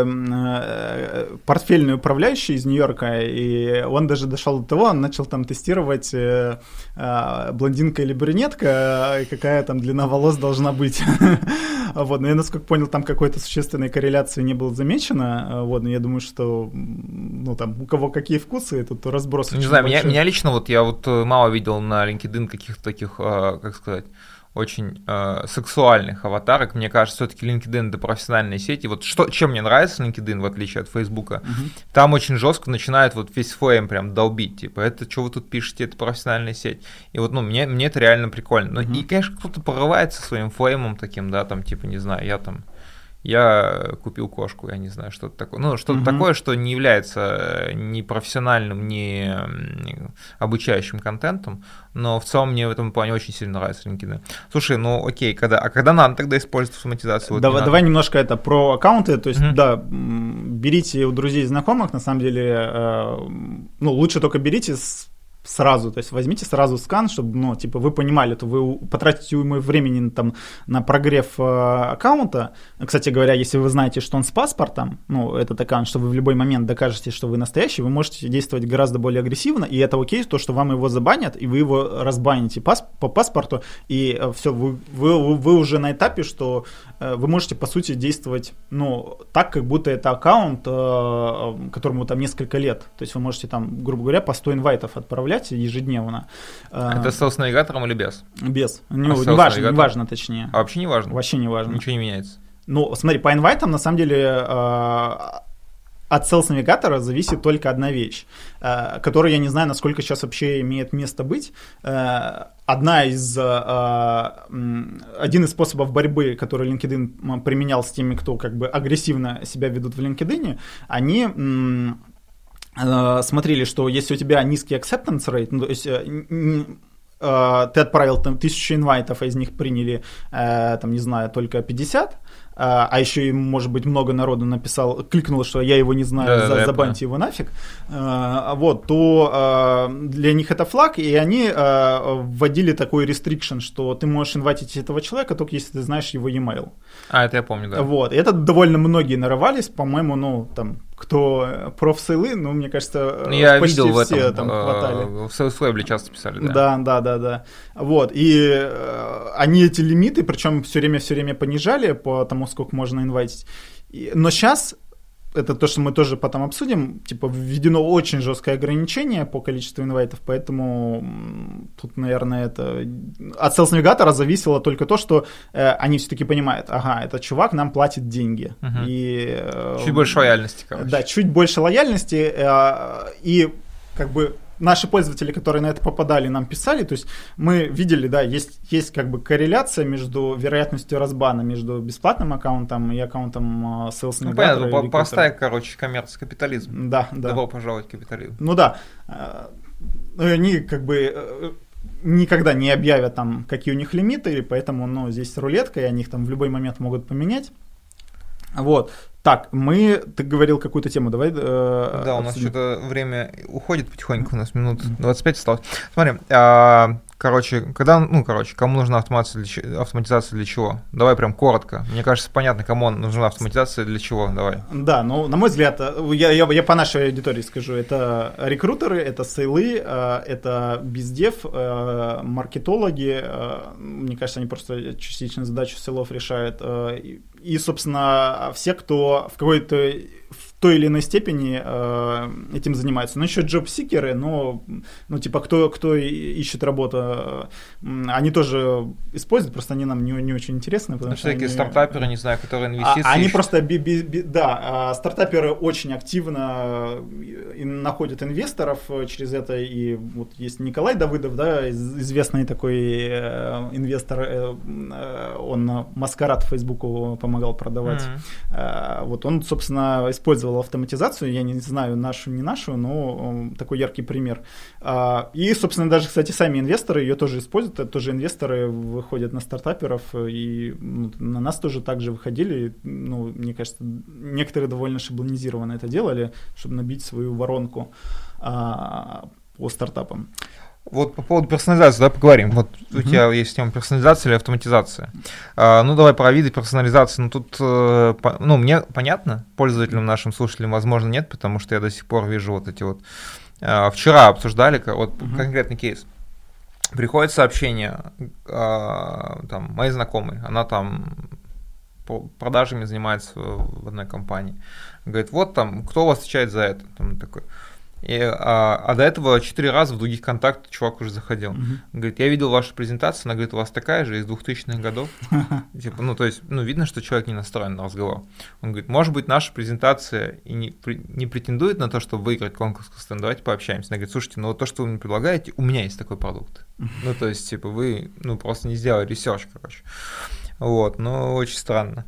портфельный управляющий из Нью-Йорка, и он даже дошел до того, он начал там тестировать, блондинка или брюнетка, и какая там длина волос должна быть. Вот, но я, насколько понял, там какой-то существенной корреляции не было замечено. Вот, но я думаю, что ну, там, у кого какие вкусы, тут разброс. Не знаю, меня лично, вот я вот мало видел на LinkedIn каких-то таких, как сказать, очень сексуальных аватарок. Мне кажется, все-таки LinkedIn — это профессиональные сети. Вот чем мне нравится LinkedIn, в отличие от Фейсбука, там очень жестко начинают вот весь флейм прям долбить. Типа, это что вы тут пишете, это профессиональная сеть. И вот, ну, мне это реально прикольно. И, конечно, кто-то порывается своим флеймом таким, да, там, типа, не знаю, я купил кошку, я не знаю, что-то такое. Ну, что-то такое, что не является ни профессиональным, ни обучающим контентом, но в целом мне в этом плане очень сильно нравится LinkedIn. Слушай, ну окей, когда надо тогда использовать автоматизацию? Давай немножко это про аккаунты, то есть, да, берите у друзей и знакомых, на самом деле, ну, лучше только берите сразу, то есть возьмите сразу скан, чтобы, ну, типа, вы понимали, то вы потратите уйму времени там на прогрев аккаунта. Кстати говоря, если вы знаете, что он с паспортом, ну, этот аккаунт, что вы в любой момент докажете, что вы настоящий, вы можете действовать гораздо более агрессивно, и это окей, то, что вам его забанят, и вы его разбаните по паспорту, и все, вы уже на этапе, что вы можете, по сути, действовать, ну, так, как будто это аккаунт, которому там несколько лет. То есть вы можете там, грубо говоря, по 100 инвайтов отправлять ежедневно. Это с селс-навигатором или без? Без. Неважно, точнее. А вообще не важно? Вообще не важно. Ничего не меняется? Ну, смотри, по инвайтам, на самом деле, от Sales-навигатора зависит только одна вещь, которая, я не знаю, насколько сейчас вообще имеет место быть. Один из способов борьбы, который LinkedIn применял с теми, кто как бы агрессивно себя ведут в LinkedIn, они смотрели, что если у тебя низкий acceptance rate, ну, то есть ты отправил там 1000 инвайтов, а из них приняли, там, не знаю, только 50, а еще и, может быть, много народу кликнуло, что я его не знаю, забаньте его нафиг, вот, то для них это флаг, и они вводили такой restriction, что ты можешь инвайтить этого человека только если ты знаешь его e-mail. Это я помню, да. Вот, и это довольно многие нарывались, по-моему, ну, там, кто профсейлы, ну, мне кажется, я почти видел все в этом, там хватали. В SalesFlable часто писали, да. Да. Вот, и они эти лимиты, причем все время понижали по тому, сколько можно инвайтить. Но сейчас, это то, что мы тоже потом обсудим, типа, введено очень жесткое ограничение по количеству инвайтов, поэтому тут, наверное, это от Sales-навигатора зависело только то, что они все-таки понимают, ага, этот чувак нам платит деньги. Чуть больше лояльности, короче. Да, чуть больше лояльности, и как бы наши пользователи, которые на это попадали, нам писали, то есть мы видели, да, есть как бы корреляция между вероятностью разбана между бесплатным аккаунтом и аккаунтом Sales Navigator. Понятно, простая, коммерция, капитализм. Да. Добро пожаловать в капитализм. Ну да, они как бы никогда не объявят там, какие у них лимиты, поэтому, здесь рулетка, и они их там в любой момент могут поменять. Вот. Так, ты говорил какую-то тему, давай. Да, у нас что-то время уходит потихоньку, у нас минут 25 осталось. Смотри, кому нужна автоматизация для чего? Давай прям коротко. Мне кажется, понятно, кому нужна автоматизация для чего. Давай. Да, на мой взгляд, я по нашей аудитории скажу, это рекрутеры, это сейлы, это бездев, маркетологи. Мне кажется, они просто частично задачу сейлов решают. И, собственно, все, кто в той или иной степени этим занимается. Еще джоб-сикеры, кто ищет работу, они тоже используют, просто они нам не очень интересны. Всякие стартаперы, не знаю, которые инвестиции Они ищут. просто, стартаперы очень активно находят инвесторов через это, и вот есть Николай Давыдов, да, известный такой инвестор, он Маскарад Фейсбуку помогал продавать. Вот он, собственно, использовал автоматизацию, я не знаю, нашу, не нашу, но такой яркий пример. И, собственно, даже, кстати, сами инвесторы ее тоже используют, это тоже инвесторы выходят на стартаперов, и на нас тоже так же выходили, мне кажется, некоторые довольно шаблонизированно это делали, чтобы набить свою воронку по стартапам. Вот по поводу персонализации, да, поговорим. Вот у тебя есть тема персонализация или автоматизация. Давай про виды персонализации. Тут, мне понятно, пользователям, нашим слушателям, возможно, нет, потому что я до сих пор вижу вот эти вот... Вчера обсуждали конкретный кейс. Приходит сообщение, моей знакомой, она там продажами занимается в одной компании. Говорит, вот там, кто у вас отвечает за это? Там такой... А до этого 4 раза в других контактах чувак уже заходил. Говорит, я видел вашу презентацию, она говорит, у вас такая же из 2000-х годов. Видно, что человек не настроен на разговор. Он говорит, может быть, наша презентация и не претендует на то, чтобы выиграть конкурс, давайте пообщаемся. Она говорит, слушайте, то, что вы мне предлагаете, у меня есть такой продукт. Вы просто не сделали ресерч, короче. Вот, очень странно.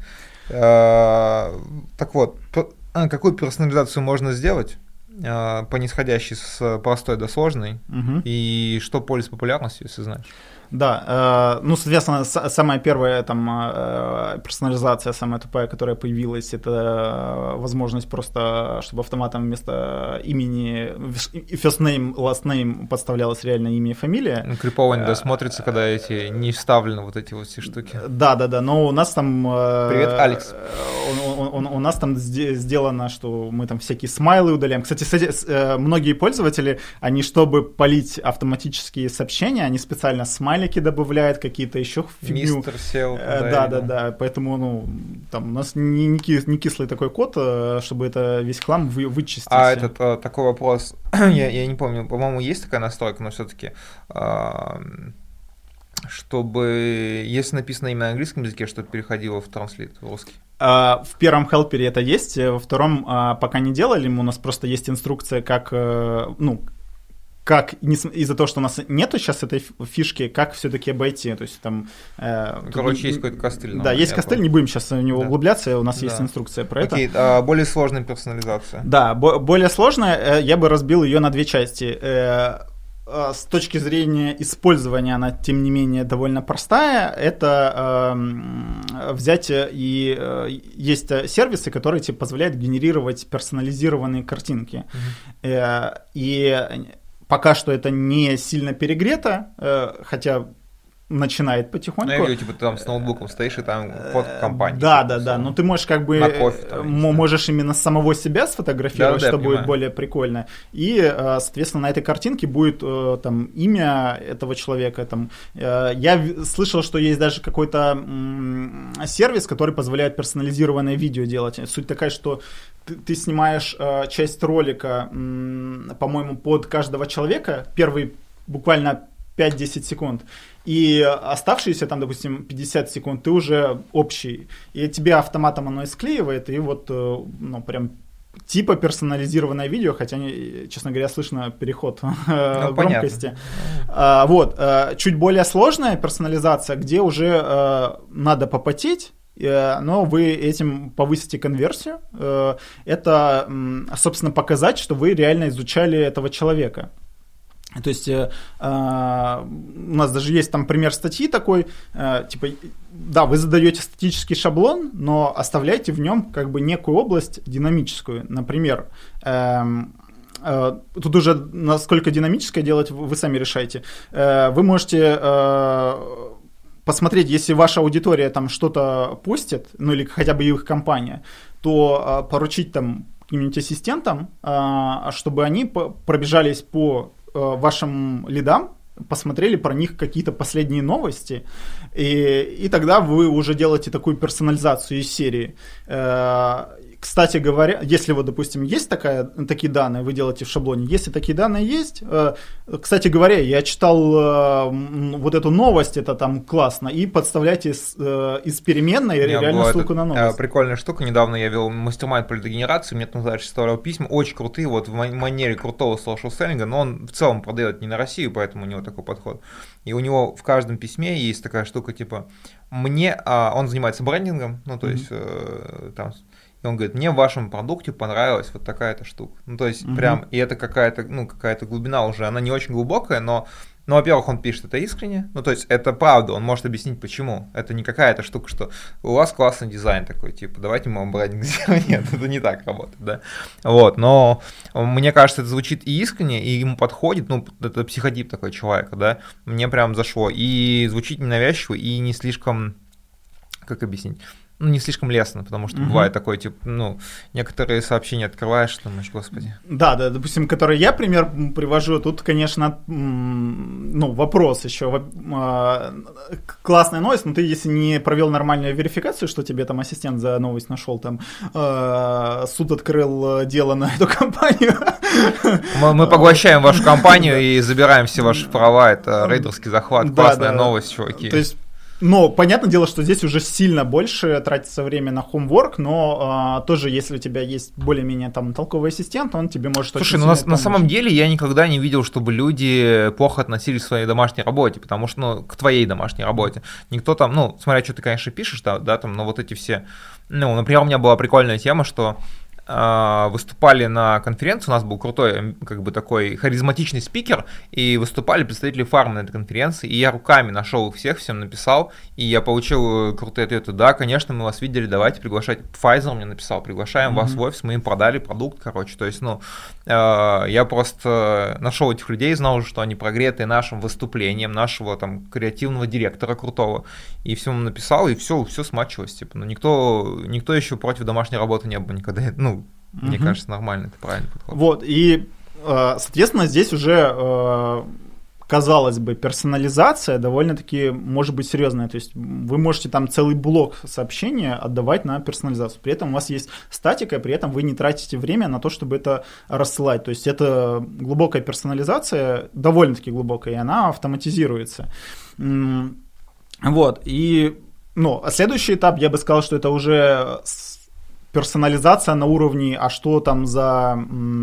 Так вот, какую персонализацию можно сделать? По нисходящей с простой до сложной, и что пользуется популярностью, если знаешь? Да, соответственно, самая первая персонализация, самая тупая, которая появилась, это возможность просто, чтобы автоматом вместо имени first name, last name подставлялось реально имя и фамилия. Крипово не смотрится, когда не вставлены вот эти вот все штуки. Да, но у нас там... Привет, Алекс. У нас там сделано, что мы там всякие смайлы удаляем. Кстати, многие пользователи, они, чтобы полить автоматические сообщения, они специально смайлики добавляют, какие-то еще фигню. Мистер сел. Да. Поэтому там у нас не кислый такой код, чтобы это весь хлам вычистить. А этот такой вопрос, я не помню, по-моему, есть такая настройка, но все-таки... чтобы, если написано именно на английском языке, чтобы переходило в транслит в русский? В первом хелпере это есть, во втором пока не делали, у нас просто есть инструкция, как из-за того, что у нас нету сейчас этой фишки, как все-таки обойти, то есть там... есть какой-то костыль. Да, есть костыль, не будем сейчас в него углубляться, у нас есть инструкция про это. Окей, более сложная персонализация. Да, более сложная, я бы разбил ее на две части. С точки зрения использования она, тем не менее, довольно простая. Это взять и есть сервисы, которые тебе позволяют генерировать персонализированные картинки. И пока что это не сильно перегрето, хотя начинает потихоньку. Я говорю, ты там с ноутбуком стоишь, и там фотка компании. Да. Но ты можешь можешь именно самого себя сфотографировать, что будет более прикольно. И, соответственно, на этой картинке будет там имя этого человека. Я слышал, что есть даже какой-то сервис, который позволяет персонализированное видео делать. Суть такая, что ты снимаешь часть ролика, по-моему, под каждого человека, первый буквально 5-10 секунд, и оставшиеся там, допустим, 50 секунд ты уже общий, и тебе автоматом оно и склеивает, и вот, прям типа персонализированное видео, хотя, честно говоря, слышно переход громкости. Вот. Чуть более сложная персонализация, где уже надо попотеть, но вы этим повысите конверсию. Это, собственно, показать, что вы реально изучали этого человека. То есть у нас даже есть там пример статьи такой, типа, да, вы задаете статический шаблон, но оставляете в нем как бы некую область динамическую. Например, тут уже насколько динамическое делать, вы сами решаете. Вы можете посмотреть, если ваша аудитория там что-то постит, ну или хотя бы их компания, то поручить там каким-нибудь ассистентам, чтобы они пробежались по вашим лидам, посмотрели про них какие-то последние новости, и тогда вы уже делаете такую персонализацию из серии. Кстати говоря, если вот, допустим, есть такие данные, вы делаете в шаблоне, если такие данные есть, кстати говоря, я читал вот эту новость, это там классно, и подставляйте из переменной реально ссылку на новость. Прикольная штука, недавно я вел мастер-майнд по лидогенерации, мне там, знаешь, составлял письма, очень крутые, вот в манере крутого social-селлинга, но он в целом продает не на Россию, поэтому у него такой подход. И у него в каждом письме есть такая штука, типа, он занимается брендингом, ну, то есть, там, и он говорит, мне в вашем продукте понравилась вот такая-то штука. Ну, то есть, прям, и это какая-то глубина уже, она не очень глубокая, но, во-первых, он пишет это искренне, ну, то есть, это правда, он может объяснить, почему. Это не какая-то штука, что у вас классный дизайн такой, типа, давайте мы вам брендинг сделаем. Нет, это не так работает, да. Вот, но мне кажется, это звучит и искренне, и ему подходит, ну, это психотип такой человека, да, мне прям зашло. И звучит ненавязчиво, и не слишком, как объяснить, ну, не слишком лестно, потому что бывает такое, типа, ну, некоторые сообщения открываешь, думаешь, господи. Да, допустим, который я пример привожу, тут, конечно, ну, вопрос еще. Классная новость, но ты, если не провел нормальную верификацию, что тебе там ассистент за новость нашел, там, суд открыл дело на эту компанию. Мы поглощаем вашу компанию и забираем все ваши права, это рейдерский захват, классная новость, чуваки. То есть, но понятное дело, что здесь уже сильно больше тратится время на homework, но тоже, если у тебя есть более-менее там толковый ассистент, он тебе может... Слушай, ну на самом деле я никогда не видел, чтобы люди плохо относились к своей домашней работе, потому что, ну, к твоей домашней работе. Никто там, ну, смотря, что ты, конечно, пишешь, да, там, но вот эти все... Ну, например, у меня была прикольная тема, что выступали на конференции, у нас был крутой, как бы такой харизматичный спикер, и выступали представители фармы на этой конференции, и я руками нашел их всех, всем написал, и я получил крутые ответы, да, конечно, мы вас видели, давайте приглашать. Pfizer мне написал, приглашаем вас в офис, мы им продали продукт, короче, то есть, ну, я просто нашел этих людей, знал уже, что они прогреты нашим выступлением, нашего там креативного директора крутого, и все ему написал, и все смачилось, типа, ну, никто еще против домашней работы не был никогда, ну, мне кажется, нормально, это правильный подход. Вот, и, соответственно, здесь уже, казалось бы, персонализация довольно-таки может быть серьезная. То есть вы можете там целый блок сообщения отдавать на персонализацию. При этом у вас есть статика, при этом вы не тратите время на то, чтобы это рассылать. То есть это глубокая персонализация, довольно-таки глубокая, и она автоматизируется. Вот, и, ну, а следующий этап, я бы сказал, что это уже... персонализация на уровне, а что там за...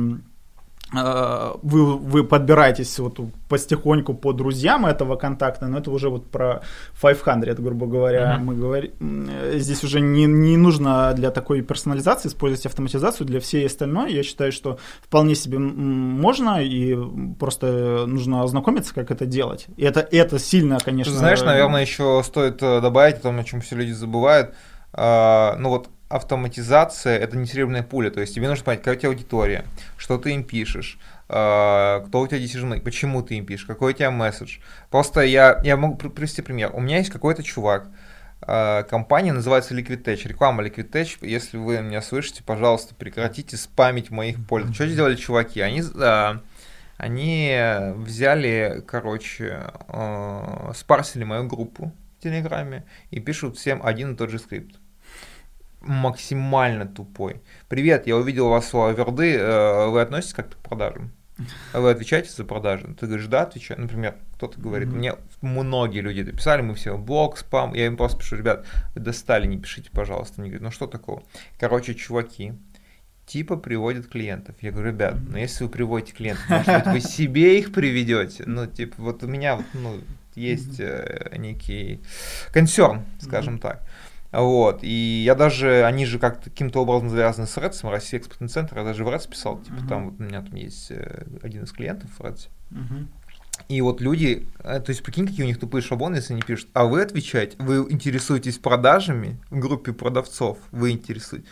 Вы подбираетесь вот потихоньку по друзьям этого контакта, но это уже вот про 500, грубо говоря, мы говорим. Здесь уже не нужно для такой персонализации использовать автоматизацию, для всей остальной. Я считаю, что вполне себе можно, и просто нужно ознакомиться, как это делать. И это сильно, конечно... Ты знаешь, наверное, еще стоит добавить о том, о чем все люди забывают. Ну вот, автоматизация – это не серебряная пуля, то есть тебе нужно понять, какая у тебя аудитория, что ты им пишешь, кто у тебя decision-maker, почему ты им пишешь, какой у тебя месседж. Просто я могу привести пример. У меня есть какой-то чувак, компания называется Liquid-Tech, реклама Liquid-Tech, если вы меня слышите, пожалуйста, прекратите спамить моих пользователей. Что сделали чуваки? Они взяли, короче, спарсили мою группу в Телеграме и пишут всем один и тот же скрипт. Максимально тупой. Привет, я увидел у вас слово верды, вы относитесь как-то к продажам? Вы отвечаете за продажи? Ты говоришь, да, отвечаю. Например, кто-то говорит, мне многие люди это писали, мы все блог, спам, я им просто пишу, ребят, вы достали, не пишите, пожалуйста. Они говорят, ну что такого? Короче, чуваки типа приводят клиентов. Я говорю, ребят, ну если вы приводите клиентов, может быть, вы себе их приведете? Ну, типа, вот у меня есть некий консерн, скажем так. Вот, и я даже, они же как-то каким-то образом завязаны с РЭЦом, Россия экспортный центр, я даже в РЭЦ писал, типа, там вот у меня там есть один из клиентов в РЭЦе. И вот люди, то есть прикинь, какие у них тупые шаблоны, если они пишут, а вы отвечаете, вы интересуетесь продажами в группе продавцов, вы интересуетесь.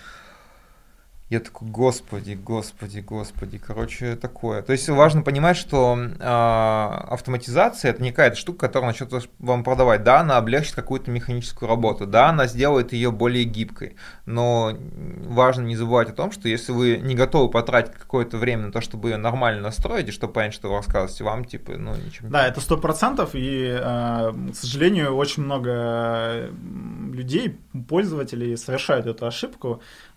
Я такой, господи, короче, такое. То есть важно понимать, что автоматизация – это не какая-то штука, которая начнет вам продавать. Да, она облегчит какую-то механическую работу, да, она сделает ее более гибкой, но важно не забывать о том, что если вы не готовы потратить какое-то время на то, чтобы ее нормально настроить, и чтобы понять, что вы рассказываете, вам, типа, ничего не... Да, это 100%, и, к сожалению, очень много людей, пользователей совершают эту ошибку,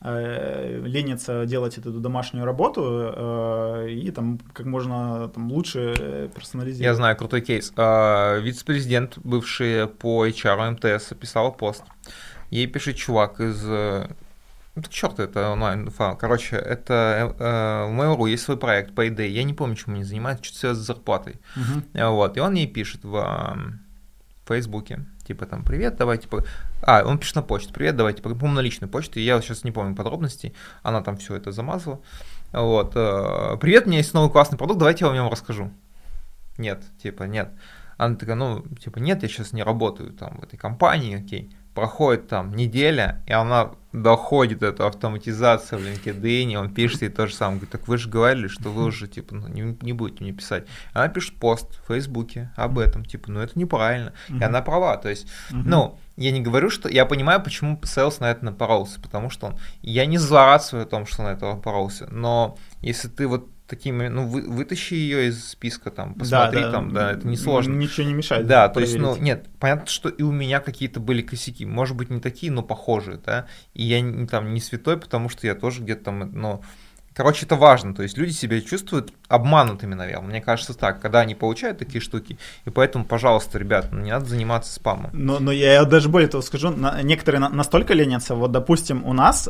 ленятся делать эту домашнюю работу и там как можно там лучше персонализировать. Я знаю крутой кейс. Вице-президент, бывший по HR МТС, писал пост. Ей пишет чувак из... Ну, к черту, это онлайн-файл. Короче, это в Mail.ru есть свой проект Payday. Я не помню, чем они занимаются, что-то связано с зарплатой. Вот. И он ей пишет в Фейсбуке. Типа там, привет, давайте... он пишет на почту, привет, давайте, по-моему, на личную почту, я сейчас не помню подробностей, она там все это замазала. Вот, привет, у меня есть новый классный продукт, давайте я вам о нем расскажу. Нет, типа, нет. Она такая, нет, я сейчас не работаю там в этой компании, окей. Проходит там неделя, и она доходит эту автоматизацию в LinkedIn, и он пишет ей то же самое. Говорит, так вы же говорили, что вы уже типа не будете мне писать. Она пишет пост в Фейсбуке об этом, типа, это неправильно. И она права. То есть, я не говорю, что... Я понимаю, почему Sales на это напоролся, потому что я не злорадствую о том, что он на это напоролся, но если ты вот такими, вытащи ее из списка, там, посмотри, да, это несложно. Ничего не мешает. Да, то есть, нет, понятно, что и у меня какие-то были косяки, может быть, не такие, но похожие, да, и я не святой, потому что я тоже где-то там, короче, это важно, то есть люди себя чувствуют обманутыми, наверное, мне кажется так, когда они получают такие штуки, и поэтому, пожалуйста, ребят, не надо заниматься спамом. Но я даже более того скажу, некоторые настолько ленятся, вот, допустим, у нас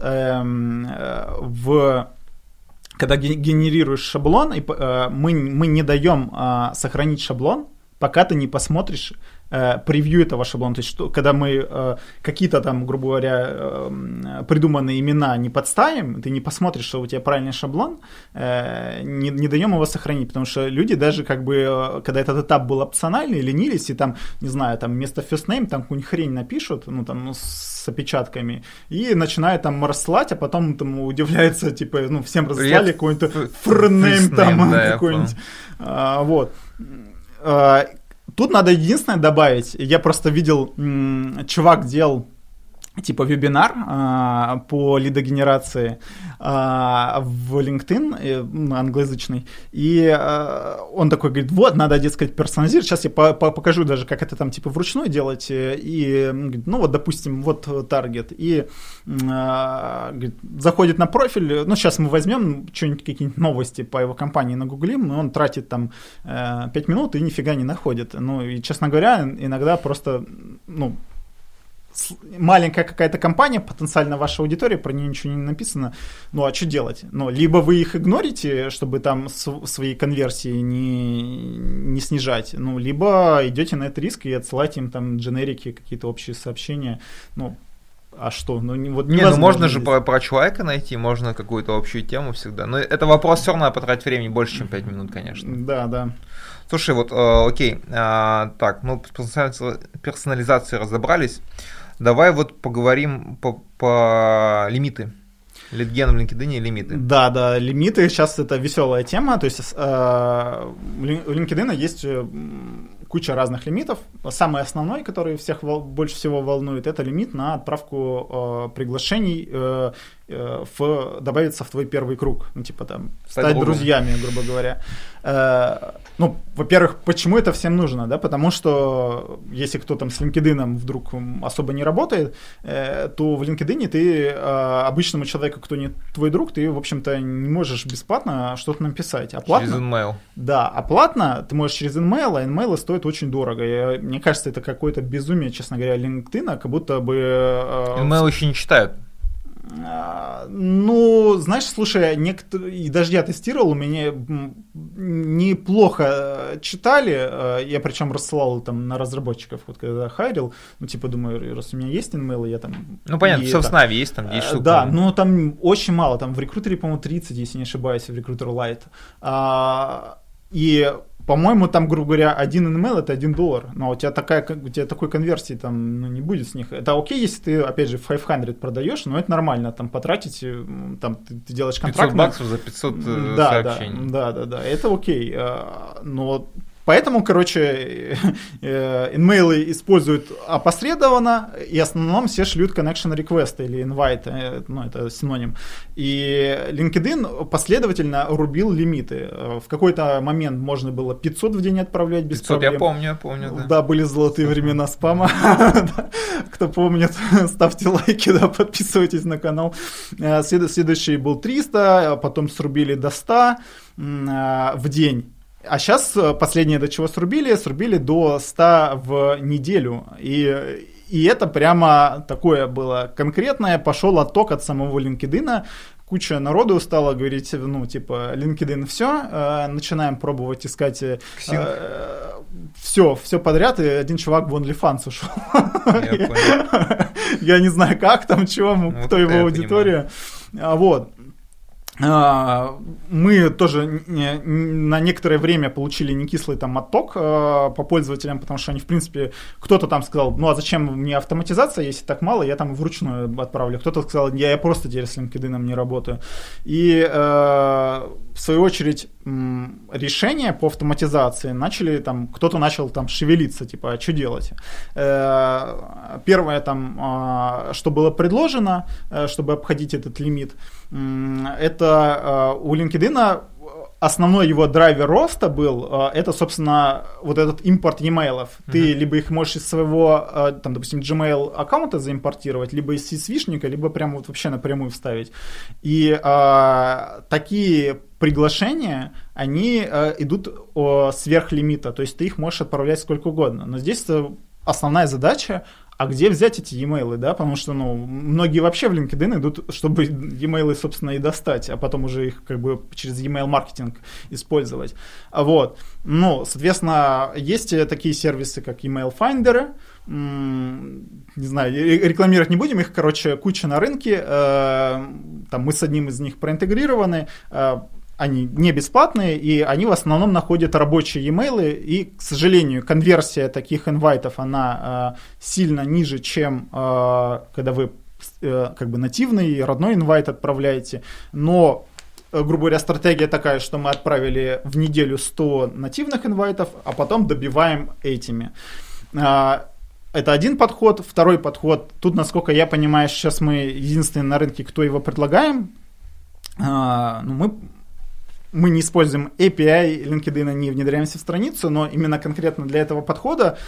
когда генерируешь шаблон, мы не даем сохранить шаблон, пока ты не посмотришь превью этого шаблона. То есть, когда мы какие-то там, грубо говоря, придуманные имена не подставим, ты не посмотришь, что у тебя правильный шаблон, не даем его сохранить. Потому что люди даже как бы, когда этот этап был опциональный, ленились, и там, не знаю, там вместо first name там какую-нибудь хрень напишут, с опечатками, и начинают там рассылать, а потом там удивляются, типа, всем разослали какой-то фрнейм там какой-нибудь. Вот. Тут надо единственное добавить, я просто видел, чувак делал типа вебинар по лидогенерации в LinkedIn, англоязычный, и он такой говорит, вот, надо, дескать, персонализировать, сейчас я покажу даже, как это там типа вручную делать, и, вот, допустим, вот таргет, и говорит, заходит на профиль, сейчас мы возьмем что-нибудь, какие-нибудь новости по его компании нагуглим, но он тратит там 5 минут и нифига не находит, и, честно говоря, иногда просто, маленькая какая-то компания, потенциально ваша аудитория, про нее ничего не написано, а что делать? Либо вы их игнорите, чтобы там свои конверсии не снижать, либо идете на этот риск и отсылаете им там дженерики, какие-то общие сообщения, а что? Можно же про человека найти, можно какую-то общую тему всегда, но это вопрос все равно потратить времени больше, чем 5 минут, конечно. Да. Слушай, окей, так, с персонализацией разобрались. Давай вот поговорим по лимиты. Лидген в LinkedIn и лимиты. Да, лимиты, сейчас это веселая тема, то есть у LinkedIn есть куча разных лимитов. Самый основной, который всех больше всего волнует, это лимит на отправку приглашений добавиться в твой первый круг, стать друзьями, грубо говоря. Во-первых, почему это всем нужно, да, потому что если кто там с LinkedIn вдруг особо не работает, то в LinkedIn ты обычному человеку, кто не твой друг, ты, в общем-то, не можешь бесплатно что-то написать. А платно, через email. Да, а платно ты можешь через email, а email стоит очень дорого. Мне кажется, это какое-то безумие, честно говоря, LinkedIn, как будто бы... Email еще не читают. Ну, знаешь, слушай, и даже я тестировал, у меня неплохо читали, я причем рассылал там на разработчиков, вот когда хайрил, ну, типа, думаю, раз у меня есть инмейлы, я там... Ну, понятно, все в Снаве есть, там 10 штук. Да, но там очень мало, там в рекрутере, по-моему, 30, если не ошибаюсь, в рекрутер Lite. И... По-моему, там, грубо говоря, один email — это $1, но у тебя такой конверсии там, ну, не будет с них. Это окей, если ты, опять же, в 500 продаешь, но это нормально, там, потратить, там, ты делаешь контракт. $500 за 500 сообщений. Да, это окей, но... Поэтому, короче, инмейлы используют опосредованно, и в основном все шлют connection request или invite, ну, это синоним. И LinkedIn последовательно рубил лимиты. В какой-то момент можно было 500 в день отправлять без 500, проблем. Я помню, да. Да, были золотые времена спама. Кто помнит, ставьте лайки, да, подписывайтесь на канал. Следующий был 300, потом срубили до 100 в день. А сейчас последнее, до чего срубили до 100 в неделю. И это прямо такое было конкретное. Пошел отток от самого LinkedIn. Куча народу стала говорить, ну, типа, LinkedIn, все, начинаем пробовать искать все подряд, и один чувак в OnlyFans ушел. Я понял. Я не знаю, как там, чего, кто его аудитория. Вот. Мы тоже на некоторое время получили некислый там отток по пользователям, потому что они, в принципе, кто-то там сказал, ну а зачем мне автоматизация, если так мало, я там вручную отправлю. Кто-то сказал, я просто теперь с LinkedIn не работаю. И в свою очередь решения по автоматизации кто-то начал там шевелиться, типа, а что делать? Первое там, что было предложено, чтобы обходить этот лимит, это у LinkedIn основной его драйвер роста был, это, собственно, вот этот импорт e-mail'ов. Ты либо их можешь из своего, там, допустим, Gmail аккаунта заимпортировать, либо из CSV-шника, либо прямо вот вообще напрямую вставить. И такие приглашения, они идут сверх лимита, то есть ты их можешь отправлять сколько угодно. Но здесь основная задача, а где взять эти e-mail'ы, да, потому что, ну, многие вообще в LinkedIn идут, чтобы e-mail'ы, собственно, и достать, а потом уже их как бы через e-mail маркетинг использовать. Вот. Ну, соответственно, есть такие сервисы, как Email Finder, не знаю, рекламировать не будем, их, короче, куча на рынке, там мы с одним из них проинтегрированы, они не бесплатные, и они в основном находят рабочие e-mail'ы, и, к сожалению, конверсия таких инвайтов, она сильно ниже, чем когда вы как бы нативный, родной инвайт отправляете, но, грубо говоря, стратегия такая, что мы отправили в неделю 100 нативных инвайтов, а потом добиваем этими. Это один подход. Второй подход, тут, насколько я понимаю, сейчас мы единственные на рынке, кто его предлагаем, мы не используем API LinkedIn, не внедряемся в страницу, но именно конкретно для этого подхода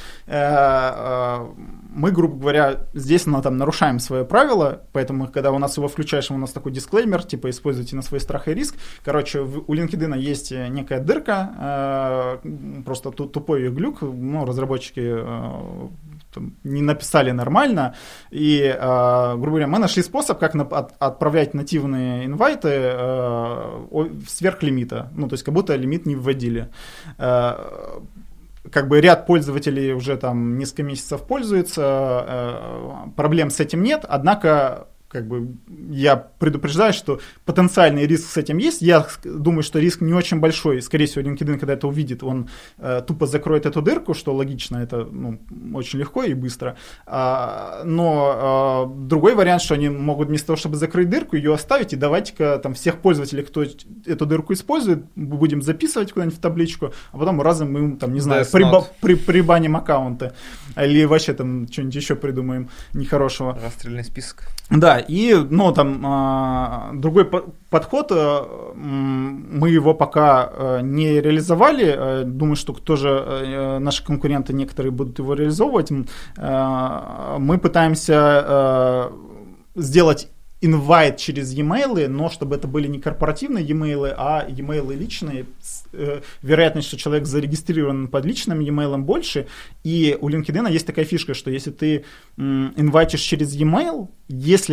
мы, грубо говоря, здесь нарушаем свои правила, поэтому, когда у нас его включаешь, у нас такой дисклеймер, типа, используйте на свой страх и риск. Короче, у LinkedIn есть некая дырка, просто тупой ее глюк, разработчики не написали нормально, и, грубо говоря, мы нашли способ, как отправлять нативные инвайты сверх лимита, то есть как будто лимит не вводили. Как бы ряд пользователей уже там несколько месяцев пользуются, проблем с этим нет, однако как бы я предупреждаю, что потенциальный риск с этим есть. Я думаю, что риск не очень большой. Скорее всего, LinkedIn, когда это увидит, он тупо закроет эту дырку, что логично, это очень легко и быстро. Но другой вариант, что они могут вместо того, чтобы закрыть дырку, ее оставить, и давайте-ка там всех пользователей, кто эту дырку использует, будем записывать куда-нибудь в табличку, а потом разом мы, там, не знаю, прибаним аккаунты. Или вообще там что-нибудь еще придумаем нехорошего. Расстрельный список. Да, и, другой подход, мы его пока не реализовали, думаю, что тоже наши конкуренты некоторые будут его реализовывать. Мы пытаемся сделать инвайт через e-mail, но чтобы это были не корпоративные e-mail, а e-mail личные. Вероятность, что человек зарегистрирован под личным e-mail больше. И у LinkedIn есть такая фишка, что если ты инвайтишь через e-mail, если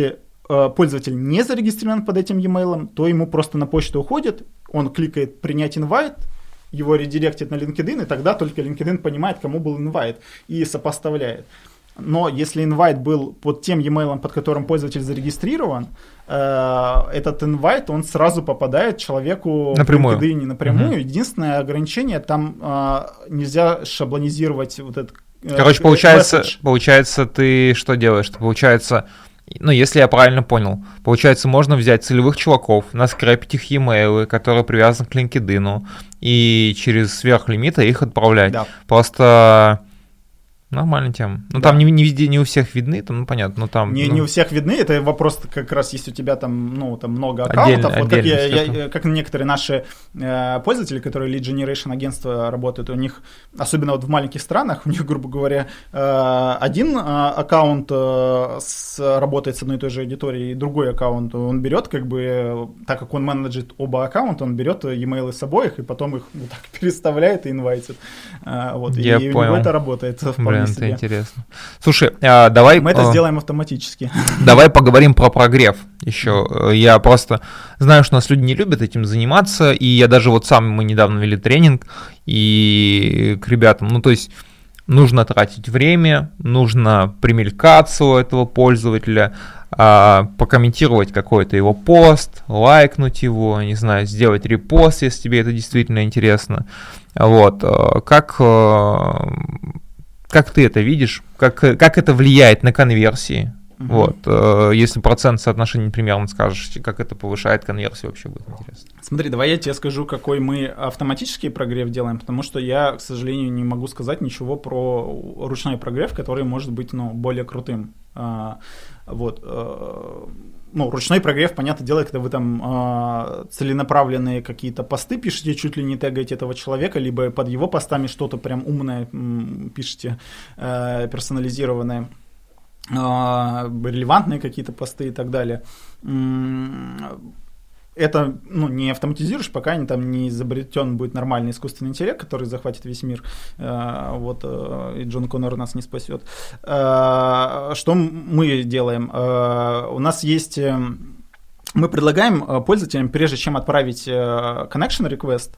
пользователь не зарегистрирован под этим e-mail, то ему просто на почту уходит, он кликает «принять инвайт», его редиректит на LinkedIn, и тогда только LinkedIn понимает, кому был инвайт, и сопоставляет. Но если инвайт был под тем e-mail, под которым пользователь зарегистрирован, этот инвайт, он сразу попадает человеку напрямую. в LinkedIn напрямую. Единственное ограничение, там нельзя шаблонизировать вот этот Короче, получается, ты что делаешь? Получается, ну, если я правильно понял, получается, можно взять целевых чуваков, наскрепить их e-mail, которые привязаны к LinkedIn, и через сверхлимиты их отправлять. Да. Просто нормальная тема. Ну, да. Там не везде, не у всех видны, там, ну, понятно, но там... Не у всех видны, это вопрос как раз, если у тебя там, ну, там много аккаунтов, вот как некоторые наши пользователи, которые lead generation агентства работают, у них, особенно вот в маленьких странах, у них, грубо говоря, один аккаунт работает с одной и той же аудиторией, и другой аккаунт он берет, как бы, так как он менеджит оба аккаунта, он берет e-mail с обоих, и потом их вот так переставляет и инвайтит. Вот, я и понял. у него это работает вполне. Это интересно. Слушай, давай... Мы это сделаем автоматически. Давай поговорим про прогрев еще. Я просто знаю, что у нас люди не любят этим заниматься, и я даже вот сам, мы недавно вели тренинг, и к ребятам, ну, то есть нужно тратить время, нужно примелькаться у этого пользователя, покомментировать какой-то его пост, лайкнуть его, не знаю, сделать репост, если тебе это действительно интересно. Вот. Как ты это видишь? Как это влияет на конверсии? Вот. Если процент соотношения примерно скажешь, как это повышает конверсию, вообще будет интересно. Смотри, давай я тебе скажу, какой мы автоматический прогрев делаем, потому что я, к сожалению, не могу сказать ничего про ручной прогрев, который может быть, ну, более крутым. Вот. Ну, ручной прогрев, понятное дело, когда вы там целенаправленные какие-то посты пишете, чуть ли не тегаете этого человека, либо под его постами что-то прям умное пишете, персонализированное, релевантные какие-то посты и так далее. Это, ну, не автоматизируешь, пока там не изобретен будет нормальный искусственный интеллект, который захватит весь мир, вот, и Джон Коннор нас не спасет. Что мы делаем? У нас есть... Мы предлагаем пользователям, прежде чем отправить connection request,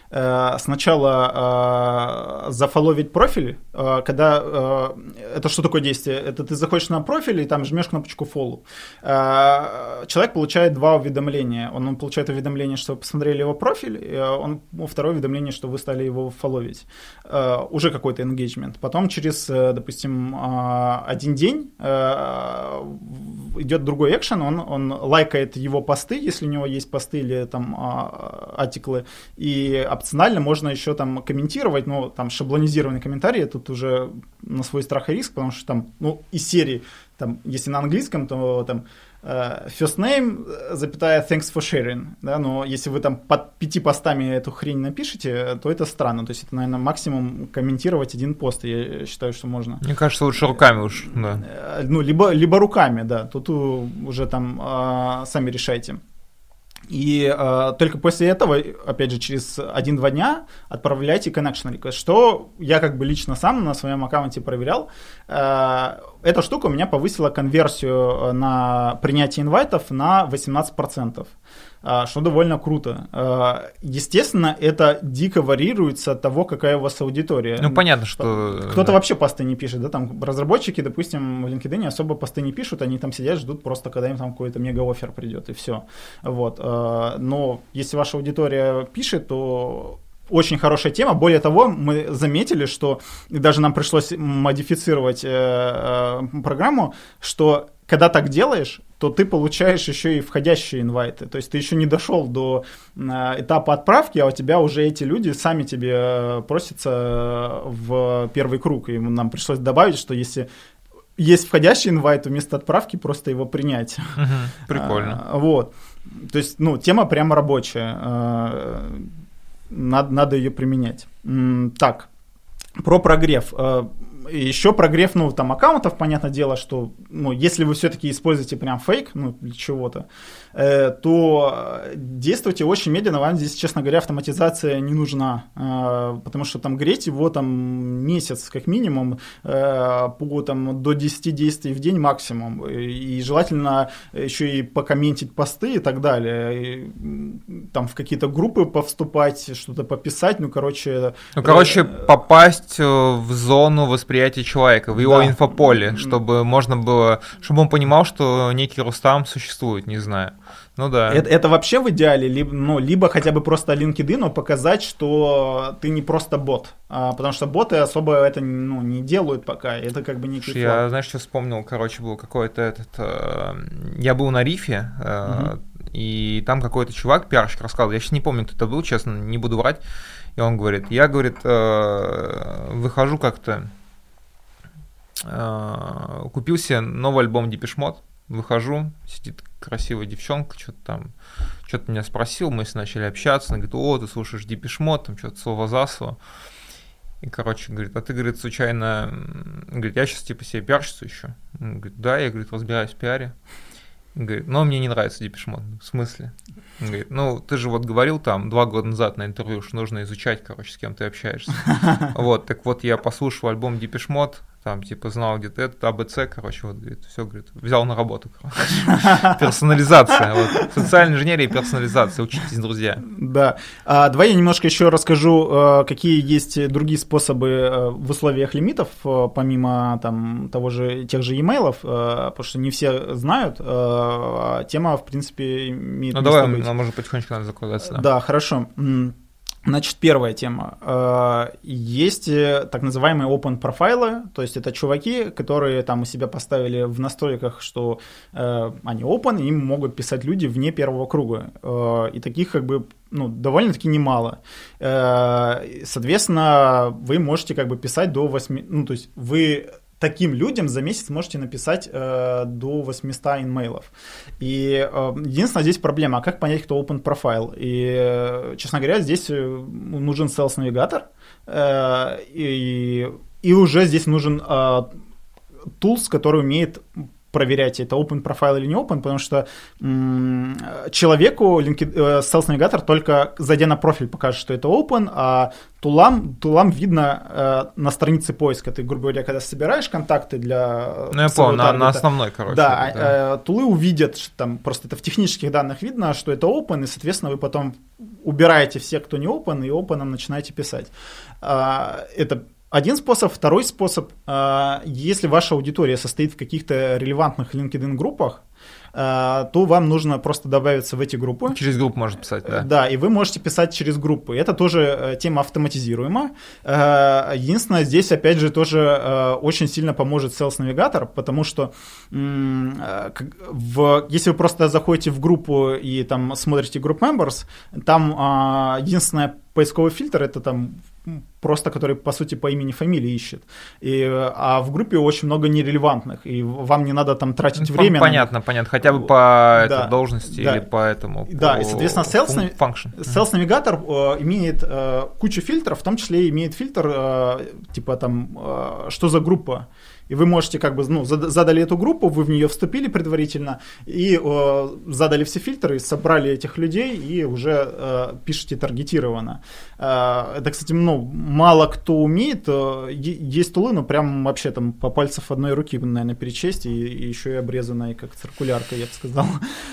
сначала зафоловить профиль, когда... Это что такое действие? Это ты заходишь на профиль и там жмешь кнопочку follow. Человек получает два уведомления. Он получает уведомление, что вы посмотрели его профиль, и второе уведомление, что вы стали его фолловить. Уже какой-то engagement. Потом через, допустим, один день идет другой экшен, он лайкает его посты, если у него есть посты или там артиклы, и опционально можно еще там комментировать, но там шаблонизированные комментарии, тут уже на свой страх и риск, потому что там, ну, из серии, там, если на английском, то там first name, запятая, thanks for sharing, да, но если вы там под 5 постами эту хрень напишете, то это странно, то есть это, наверное, максимум комментировать один пост, я считаю, что можно. Мне кажется, лучше руками уж, да. Ну, либо руками, да, тут уже там сами решайте. И только после этого, опять же, через 1-2 дня отправляйте connection request, что я как бы лично сам на своем аккаунте проверял. Эта штука у меня повысила конверсию на принятие инвайтов на 18%, что довольно круто. Естественно, это дико варьируется от того, какая у вас аудитория. Ну, понятно, что... Кто-то вообще посты не пишет, да, там разработчики, допустим, в LinkedIn особо посты не пишут, они там сидят, ждут просто, когда им там какой-то мега-оффер придет, и все. Вот. Но если ваша аудитория пишет, то... Очень хорошая тема. Более того, мы заметили, что даже нам пришлось модифицировать программу, что когда так делаешь, то ты получаешь еще и входящие инвайты. То есть ты еще не дошел до этапа отправки, а у тебя уже эти люди сами тебе просятся в первый круг. И нам пришлось добавить, что если есть входящий инвайт, вместо отправки просто его принять. Прикольно. Вот. То есть, ну, тема прямо рабочая. Надо ее применять. Так, про прогрев. еще прогрев, ну, там, аккаунтов, понятное дело, что, ну, если вы все-таки используете прям фейк, ну, для чего-то, то действуйте очень медленно, вам здесь, честно говоря, автоматизация не нужна, потому что там греть его там месяц как минимум, по там до 10 действий в день максимум, и желательно еще и покомментить посты и так далее, и, там в какие-то группы повступать, что-то пописать, ну, короче... попасть в зону восприятия человека, в его инфополе, чтобы можно было, чтобы он понимал, что некий Рустам существует, не знаю. Ну да. Это вообще в идеале, либо хотя бы просто LinkedIn показать, что ты не просто бот, потому что боты особо это не делают пока, это как бы некий флаг. Я, знаешь, что вспомнил, короче, был какой-то я был на Рифе, и там какой-то чувак, пиарщик, рассказывал, я сейчас не помню, кто это был, честно, не буду врать, и он говорит, я, говорит, выхожу как-то, купил себе новый альбом Depeche Mode, выхожу, сидит красивая девчонка, что-то меня спросил, мы с ней начали общаться, она говорит, ты слушаешь Depeche Mode, там что-то слово за слово. И, короче, говорит, а ты, говорит, случайно, говорит, я сейчас типа себе пиарщицу ищу. Он говорит, да, я, говорит, разбираюсь в пиаре. Он говорит, но мне не нравится Depeche Mode. В смысле? Он говорит, ты же вот говорил там 2 года назад на интервью, что нужно изучать, короче, с кем ты общаешься. Вот, так вот я послушал альбом Depeche Mode, там, типа, знал где-то это, АБЦ, короче, вот, говорит, все, говорит, взял на работу, короче. Персонализация, вот, социальная инженерия и персонализация, учитесь, друзья. Да, давай я немножко еще расскажу, какие есть другие способы в условиях лимитов, помимо, там, тех же e-mail'ов, потому что не все знают, тема, в принципе, имеет место давай, быть. нам можно потихонечку надо закладываться. Да, хорошо. Значит, первая тема. Есть так называемые open профайлы, то есть это чуваки, которые там у себя поставили в настройках, что они open, и им могут писать люди вне первого круга. И таких как бы довольно-таки немало. Соответственно, вы можете как бы писать до 8, то есть вы таким людям за месяц можете написать до 800 инмейлов. И единственная здесь проблема, как понять, кто open profile. И, честно говоря, здесь нужен sales навигатор, и уже здесь нужен tools, который умеет проверять, это open profile или не open, потому что человеку Sales Navigator только зайдя на профиль покажет, что это open, а тулам видно на странице поиска. Ты, грубо говоря, когда собираешь контакты для... я понял, на основной, короче. Да, тулы увидят, что там просто это в технических данных видно, что это open, и, соответственно, вы потом убираете все, кто не open, и open начинаете писать. Это один способ. Второй способ, если ваша аудитория состоит в каких-то релевантных LinkedIn-группах, то вам нужно просто добавиться в эти группы. Через группу можно писать, да. Да, и вы можете писать через группы. Это тоже тема автоматизируема. Единственное, здесь, опять же, тоже очень сильно поможет Sales Navigator, потому что если вы просто заходите в группу и там смотрите Group Members, там единственное поисковый фильтр — это там просто который, по сути, по имени, фамилии ищет. А в группе очень много нерелевантных, и вам не надо там тратить время. Понятно, хотя бы по этой должности или по этому. Да, и, соответственно, Sales Navigator имеет кучу фильтров, в том числе имеет фильтр, типа там, что за группа. И вы можете как бы, задали эту группу, вы в нее вступили предварительно, и задали все фильтры, собрали этих людей, и уже пишете таргетированно. Это, кстати, мало кто умеет. Есть тулы, но прям вообще там по пальцев одной руки, наверное, перечесть, и еще и обрезанной, как циркулярка, я бы сказал.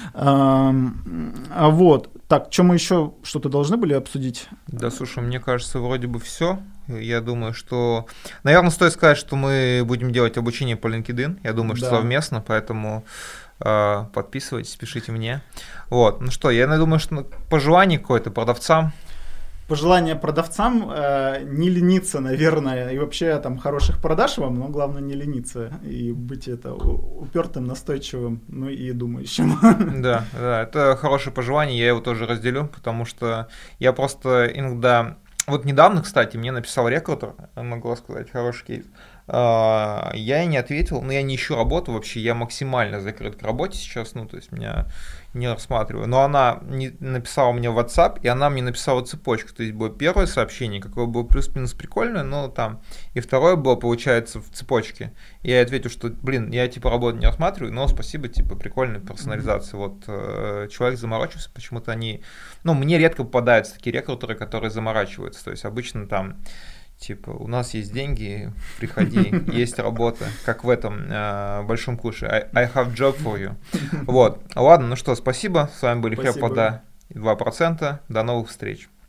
Вот. Так, что мы еще что-то должны были обсудить? Да, слушай, мне кажется, вроде бы все. Я думаю, что... Наверное, стоит сказать, что мы будем делать обучение по LinkedIn. Я думаю, что совместно, поэтому подписывайтесь, пишите мне. Вот. Ну что, я думаю, что пожелание какое-то продавцам. Пожелание продавцам не лениться, наверное, и вообще там хороших продаж вам, но главное не лениться и быть упертым, настойчивым, и думающим. Да, это хорошее пожелание, я его тоже разделю, потому что я просто иногда... Вот недавно, кстати, мне написал рекрутер, могу сказать, хороший кейс. Я ей не ответил, но я не ищу работу вообще, я максимально закрыт к работе сейчас, ну, то есть меня не рассматриваю. Но она написала мне в WhatsApp, и она мне написала цепочку, то есть было первое сообщение, какое было плюс-минус прикольное, но там, и второе было, получается, в цепочке. И я ответил, что, блин, я типа работу не рассматриваю, но спасибо, типа, прикольная персонализация. Вот человек заморачивался, почему-то они, ну, мне редко попадаются такие рекрутеры, которые заморачиваются, то есть обычно там типа, у нас есть деньги, приходи, есть работа, как в этом большом куше. I have job for you. Вот. Ладно, ну что, спасибо. С вами были Хепода 2%. До новых встреч.